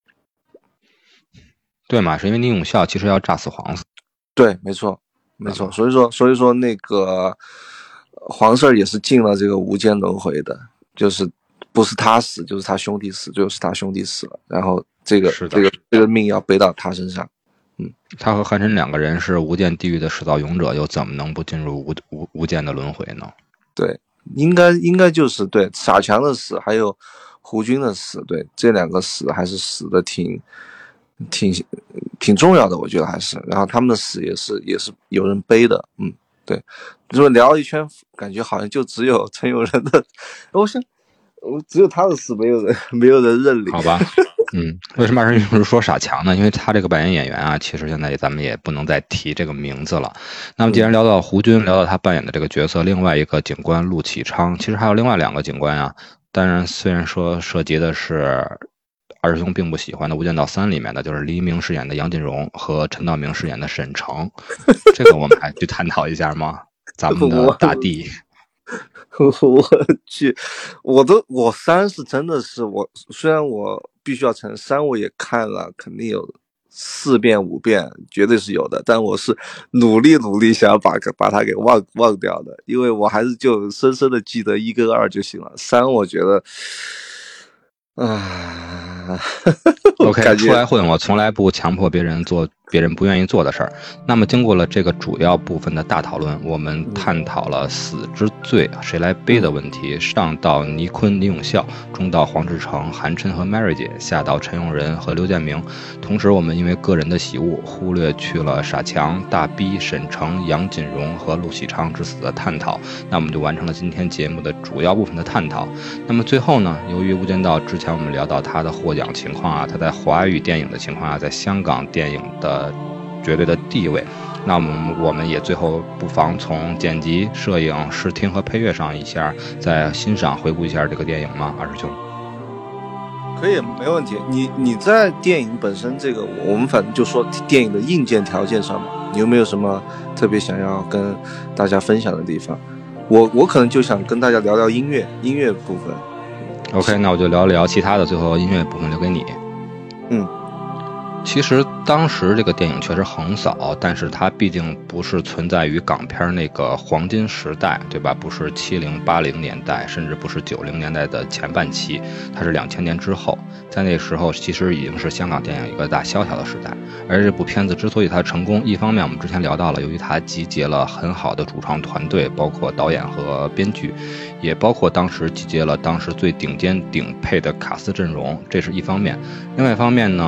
Speaker 4: 对嘛？是因为宁永孝其实要炸死黄 Sir。
Speaker 3: 对，没错，没错。所以说，所以说那个黄 Sir 也是进了这个无间轮回的，就是。不是他死，就是他兄弟死，最后是他兄弟死了，然后这个这个这个命要背到他身上。嗯，
Speaker 4: 他和韩琛两个人是无间地狱的始造勇者，又怎么能不进入无无无间的轮回呢？
Speaker 3: 对，应该应该就是对傻强的死，还有胡军的死，对这两个死还是死的挺挺挺重要的，我觉得还是。然后他们的死也是也是有人背的，嗯，对。就是聊了一圈，感觉好像就只有陈永仁的，我想。只有他的死没有人没有人认领，
Speaker 4: 好吧？嗯，为什么二是说傻强呢？因为他这个扮演演员啊，其实现在咱们也不能再提这个名字了。那么既然聊到胡军，聊到他扮演的这个角色，另外一个警官陆启昌，其实还有另外两个警官啊。当然，虽然说涉及的是二师兄并不喜欢的《无间道三》里面的，就是黎明饰演的杨锦荣和陈道明饰演的沈成，这个我们还去探讨一下吗？咱们的大弟。
Speaker 3: 我去，我都我三是真的是我，虽然我必须要承认三我也看了，肯定有四遍五遍，绝对是有的，但我是努力努力想要把把它给忘忘掉的，因为我还是就深深的记得一跟二就行了，三我觉得啊
Speaker 4: ，OK， 出来混，我从来不强迫别人做别人不愿意做的事儿。那么经过了这个主要部分的大讨论，我们探讨了死之罪谁来背的问题，上到倪坤、倪永孝，中到黄志诚、韩琛和 Mary 姐，下到陈永仁和刘建明。同时我们因为个人的喜恶，忽略去了傻强、大逼、沈成、杨锦荣和陆启昌之死的探讨，那我们就完成了今天节目的主要部分的探讨。那么最后呢，由于无间道之前我们聊到他的获奖情况啊，他在华语电影的情况啊，在香港电影的绝对的地位，那么我们也最后不妨从剪辑、摄影、视听和配乐上一下再欣赏回顾一下这个电影吗？二师兄
Speaker 3: 可以，没问题。你你在电影本身这个，我们反正就说电影的硬件条件上嘛，你有没有什么特别想要跟大家分享的地方？我我可能就想跟大家聊聊音乐音乐部分。
Speaker 4: OK， 那我就聊聊其他的，最后音乐部分留给你。
Speaker 3: 嗯。
Speaker 4: 其实当时这个电影确实横扫，但是它毕竟不是存在于港片那个黄金时代，对吧？不是七零八零年代，甚至不是九零年代的前半期，它是两千年之后。在那个时候，其实已经是香港电影一个大萧条的时代。而这部片子之所以它成功，一方面我们之前聊到了，由于它集结了很好的主创团队，包括导演和编剧，也包括当时集结了当时最顶尖顶配的卡司阵容，这是一方面。另外一方面呢，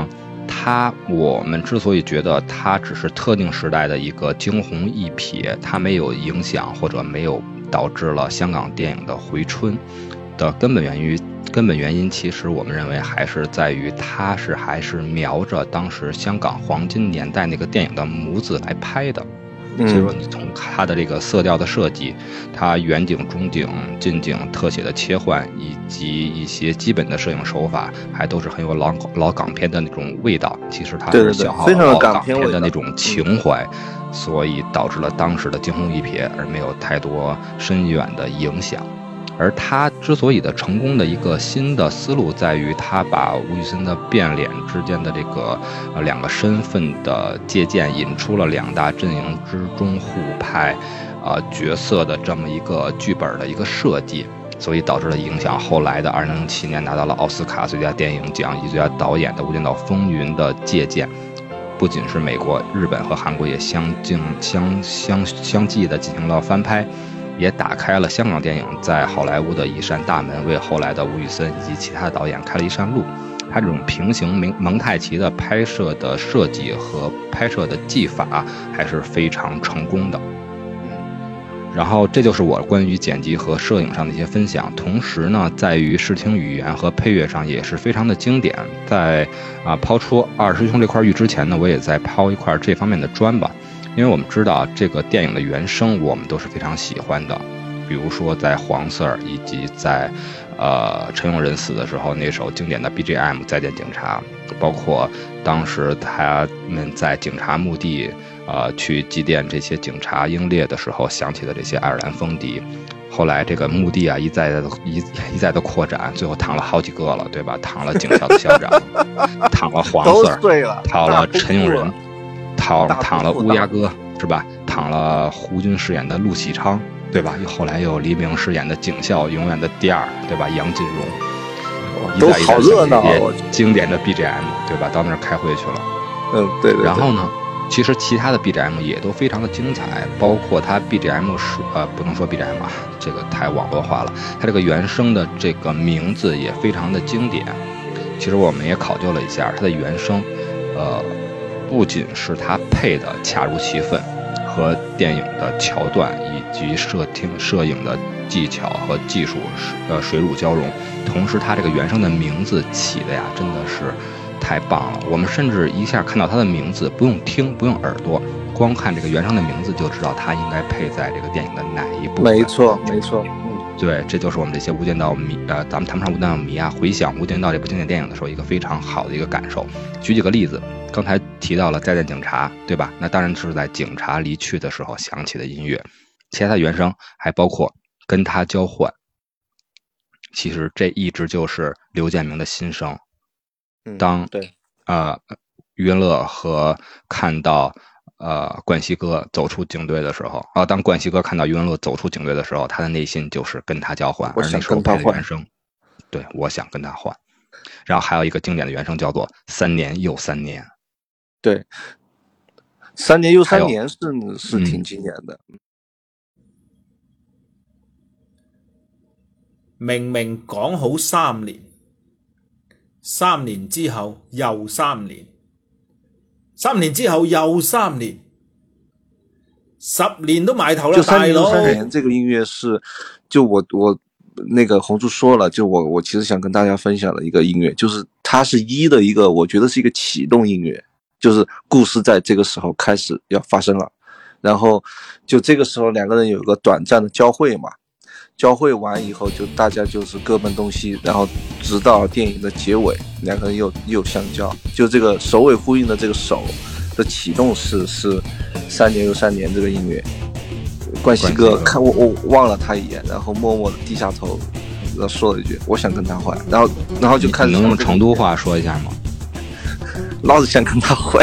Speaker 4: 他我们之所以觉得他只是特定时代的一个惊鸿一瞥，他没有影响或者没有导致了香港电影的回春的根本原因，根本原因其实我们认为还是在于他是还是瞄着当时香港黄金年代那个电影的模子来拍的。所以说，你从它的这个色调的设计，它远景、中景、近景、特写的切换，以及一些基本的摄影手法，还都是很有老老港片的那种味道。其实它是消耗了老港片的那种情怀，所以导致了当时的惊鸿一瞥，而没有太多深远的影响。而他之所以的成功的一个新的思路，在于他把吴宇森的变脸之间的这个呃两个身份的借鉴，引出了两大阵营之中互派呃角色的这么一个剧本的一个设计，所以导致了影响后来的二零零七年拿到了奥斯卡最佳电影奖以及最佳导演的《无间道风云》的借鉴。不仅是美国、日本和韩国也相竞相相相继的进行了翻拍，也打开了香港电影在好莱坞的一扇大门，为后来的吴宇森以及其他导演开了一扇路。他这种平行蒙蒙太奇的拍摄的设计和拍摄的技法还是非常成功的。然后这就是我关于剪辑和摄影上的一些分享，同时呢，在于视听语言和配乐上也是非常的经典。在啊抛出二师兄这块玉之前呢，我也在抛一块这方面的砖吧。因为我们知道这个电影的原声我们都是非常喜欢的，比如说在黄 Sir 以及在呃陈永仁死的时候那首经典的 B G M 再见警察，包括当时他们在警察墓地呃去祭奠这些警察英烈的时候响起的这些爱尔兰风笛。后来这个墓地啊一再的一一再的扩展，最后躺了好几个了，对吧？躺了警校的校长，躺了黄 Sir， 躺了陈永仁，躺躺了乌鸦哥是吧？躺了胡军饰演的陆启昌，对吧？又后来又黎明饰演的警校永远的第二，对吧？杨金荣，
Speaker 3: 都好热闹，
Speaker 4: 经典的 B G M， 对吧？到那儿开会去了。
Speaker 3: 嗯，对 对, 对。
Speaker 4: 然后呢，其实其他的 B G M 也都非常的精彩，包括它 B G M 是呃不能说 B G M 啊，这个太网络化了。它这个原声的这个名字也非常的经典。其实我们也考究了一下它的原声，呃。不仅是它配的恰如其分，和电影的桥段以及摄听摄影的技巧和技术呃水乳交融，同时它这个原声的名字起的呀真的是太棒了。我们甚至一下看到它的名字，不用听不用耳朵，光看这个原声的名字就知道它应该配在这个电影的哪一部分。
Speaker 3: 没错没错，
Speaker 4: 嗯，对，这就是我们这些无间道迷呃咱们谈不上无间道迷啊，回想无间道这部经典电影的时候一个非常好的一个感受。举几个例子，刚才提到了再见警察，对吧？那当然是在警察离去的时候响起的音乐。其他的原声还包括跟他交换，其实这一直就是刘建明的心声。当、嗯、
Speaker 3: 对
Speaker 4: 呃余文乐和看到呃冠希哥走出警队的时候啊、呃，当冠希哥看到余文乐走出警队的时候，他的内心就是跟他交换，而那时候配的原声，对，我想跟他换。然后还有一个经典的原声叫做三年又三年，
Speaker 3: 对，三年又三年是是挺经典的。
Speaker 5: 明明講好三年，三年之後又三年，三年之後又三年，十年都埋頭了，
Speaker 3: 就三年又三年这个音乐是，就我我。那个红珠说了，就我我其实想跟大家分享的一个音乐，就是它是一的一个，我觉得是一个启动音乐，就是故事在这个时候开始要发生了，然后就这个时候两个人有一个短暂的交汇嘛，交汇完以后就大家就是各奔东西，然后直到电影的结尾，两个人又又相交，就这个首尾呼应的这个手的启动是是三年又三年这个音乐。冠希哥看我，我望了他一眼，然后默默的低下头，然后说了一句：“我想跟他换。”然后，然后就开始。
Speaker 4: 能用成都话说一下吗？
Speaker 3: 老子想跟他换。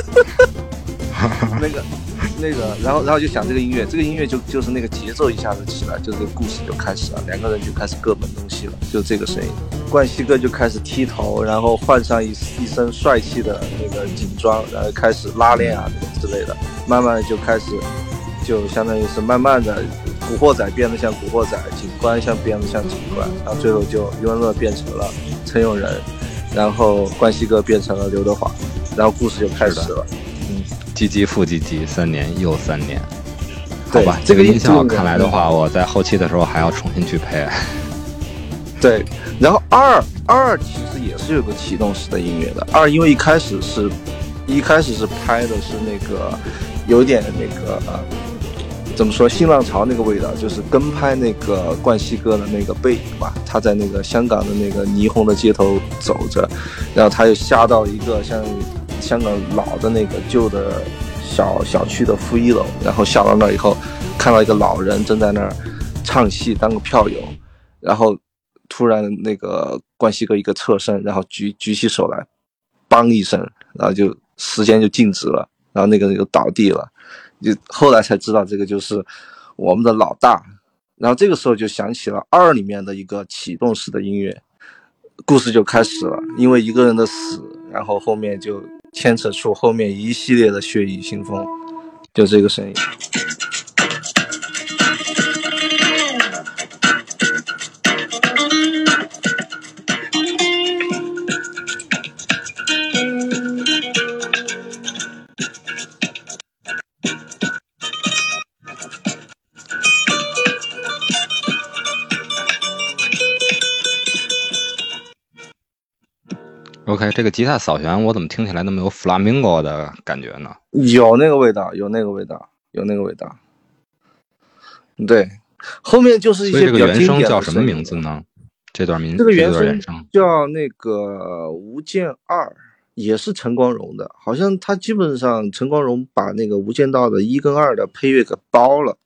Speaker 3: 那个，那个，然后，然后就想这个音乐，这个音乐就就是那个节奏一下子起来，就这个故事就开始了，两个人就开始各奔东西了，就这个声音。冠希哥就开始剃头，然后换上一一身帅气的那个警装，然后开始拉链啊之类的，慢慢的就开始。就相当于是慢慢的，古惑仔变得像古惑仔，警官像变得像警官，然后最后就余文乐变成了陈永仁，然后冠希哥变成了刘德华， 然后故事就开始了。嗯，
Speaker 4: 唧唧复唧唧，三年又三年。好吧，
Speaker 3: 这
Speaker 4: 个音效看来的话，我在后期的时候还要重新去配。
Speaker 3: 对，然后二二其实也是有个启动式的音乐的。二因为一开始是，一开始是拍的是那个有点那个、呃、怎么说新浪潮那个味道，就是跟拍那个冠希哥的那个背影吧。他在那个香港的那个霓虹的街头走着，然后他又下到一个像香港老的那个旧的小小区的负一楼，然后下到那以后，看到一个老人正在那儿唱戏当个票友，然后突然那个冠希哥一个侧身，然后举举起手来，梆一声，然后就时间就静止了，然后那个人就倒地了，就后来才知道这个就是我们的老大。然后这个时候就想起了二里面的一个启动式的音乐，故事就开始了。因为一个人的死，然后后面就牵扯出后面一系列的血雨腥风，就这个声音。
Speaker 4: OK， 这个吉他扫弦我怎么听起来那么有 Flamingo 的感觉呢？
Speaker 3: 有那个味道，有那个味道，有那个味道。对，后面就是一些比较经典的。所以这个原声叫什么名字呢？这段民这个原
Speaker 4: 声
Speaker 3: 叫那个《无间二》，也是陈光荣的。好像他基本上陈光荣把那个《无间道》的一跟二的配乐给包了。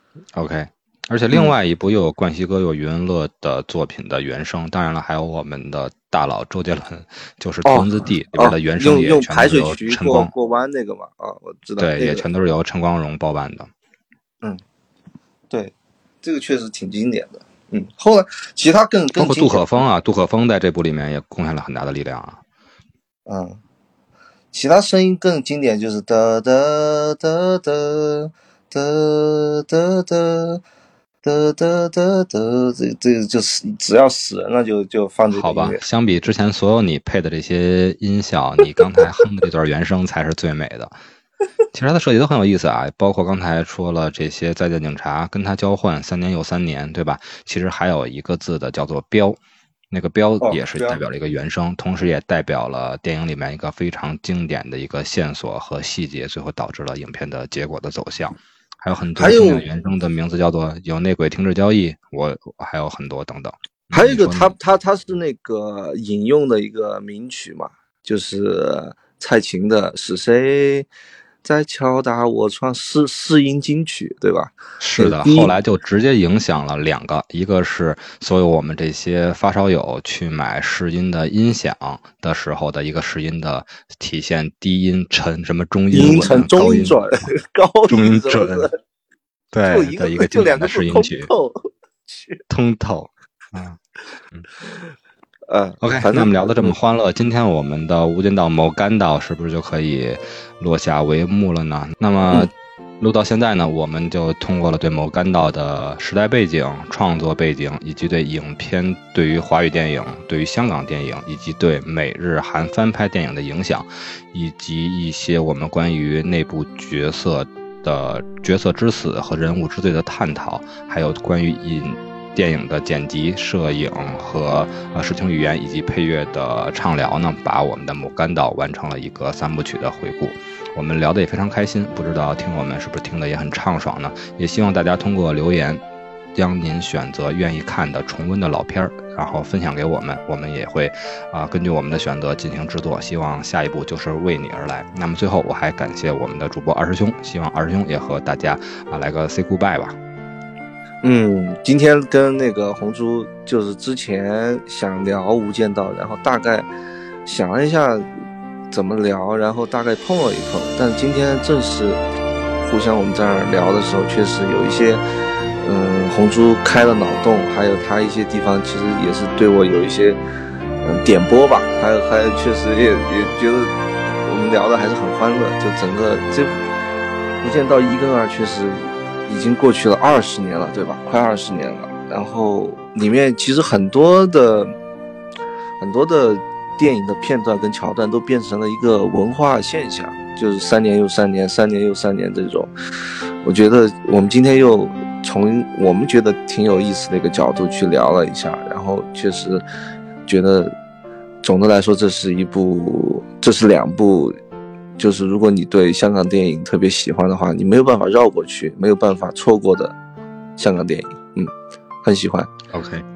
Speaker 4: OK。而且另外一部又有冠希哥又有余文乐的作品的原声，当然了，还有我们的大佬周杰伦，就是《头文字 D》里边的原声也全都是由陈光、
Speaker 3: 哦、过弯那个嘛啊，我知道。
Speaker 4: 对，
Speaker 3: 那个、
Speaker 4: 也全都是由陈光荣包办的。
Speaker 3: 嗯，对，这个确实挺经典的。嗯，后来其他更更
Speaker 4: 包括杜可风啊，杜可风在这部里面也贡献了很大的力量啊。
Speaker 3: 嗯，其他声音更经典就是哒哒哒哒哒哒哒。得得得得，这这就是只要死人了就就放这个音乐。
Speaker 4: 好吧，相比之前所有你配的这些音效，你刚才哼的这段原声才是最美的。其实它的设计都很有意思啊，包括刚才说了这些再见警察跟他交换三年又三年，对吧？其实还有一个字的叫做标，那个标也是代表了一个原声，哦、同时也代表了电影里面一个非常经典的一个线索和细节，最后导致了影片的结果的走向。还有很多经典原声的名字叫做有内鬼停止交易，我还有很多等等。
Speaker 3: 还有一个他他他是那个引用的一个名曲嘛，就是蔡琴的是谁在敲打我窗，试试音金曲，对吧？
Speaker 4: 是的，后来就直接影响了两个，一个是所有我们这些发烧友去买试音的音响的时候的一个试音的体现，低音沉，什么中音
Speaker 3: 沉，中音准，高
Speaker 4: 中音准，对的一个经典的试音曲，通透，嗯嗯。
Speaker 3: 嗯
Speaker 4: ，OK， 那我们聊得这么欢乐，今天我们的无间道某干道是不是就可以落下帷幕了呢？那么录到现在呢，我们就通过了对某干道的时代背景、创作背景，以及对影片对于华语电影、对于香港电影，以及对美日韩翻拍电影的影响，以及一些我们关于内部角色的角色之死和人物之罪的探讨，还有关于引电影的剪辑、摄影和呃视听语言以及配乐的畅聊呢，把我们的某干道完成了一个三部曲的回顾。我们聊得也非常开心，不知道听我们是不是听得也很畅爽呢？也希望大家通过留言，将您选择愿意看的重温的老片儿，然后分享给我们，我们也会啊、呃、根据我们的选择进行制作。希望下一步就是为你而来。那么最后，我还感谢我们的主播二师兄，希望二师兄也和大家啊来个 say goodbye 吧。
Speaker 3: 嗯，今天跟那个红珠就是之前想聊无间道，然后大概想了一下怎么聊，然后大概碰了一碰，但今天正是互相我们在那儿聊的时候，确实有一些嗯红珠开了脑洞，还有他一些地方其实也是对我有一些嗯点拨吧，还有还有确实也也觉得我们聊的还是很欢乐，就整个这无间道一跟二确实已经过去了二十年了，对吧？快二十年了。然后里面其实很多的很多的电影的片段跟桥段都变成了一个文化现象，就是三年又三年，三年又三年这种。我觉得我们今天又从我们觉得挺有意思的一个角度去聊了一下，然后确实觉得总的来说这是一部，这是两部，就是如果你对香港电影特别喜欢的话，你没有办法绕过去，没有办法错过的香港电影。嗯，很喜欢。
Speaker 4: OK。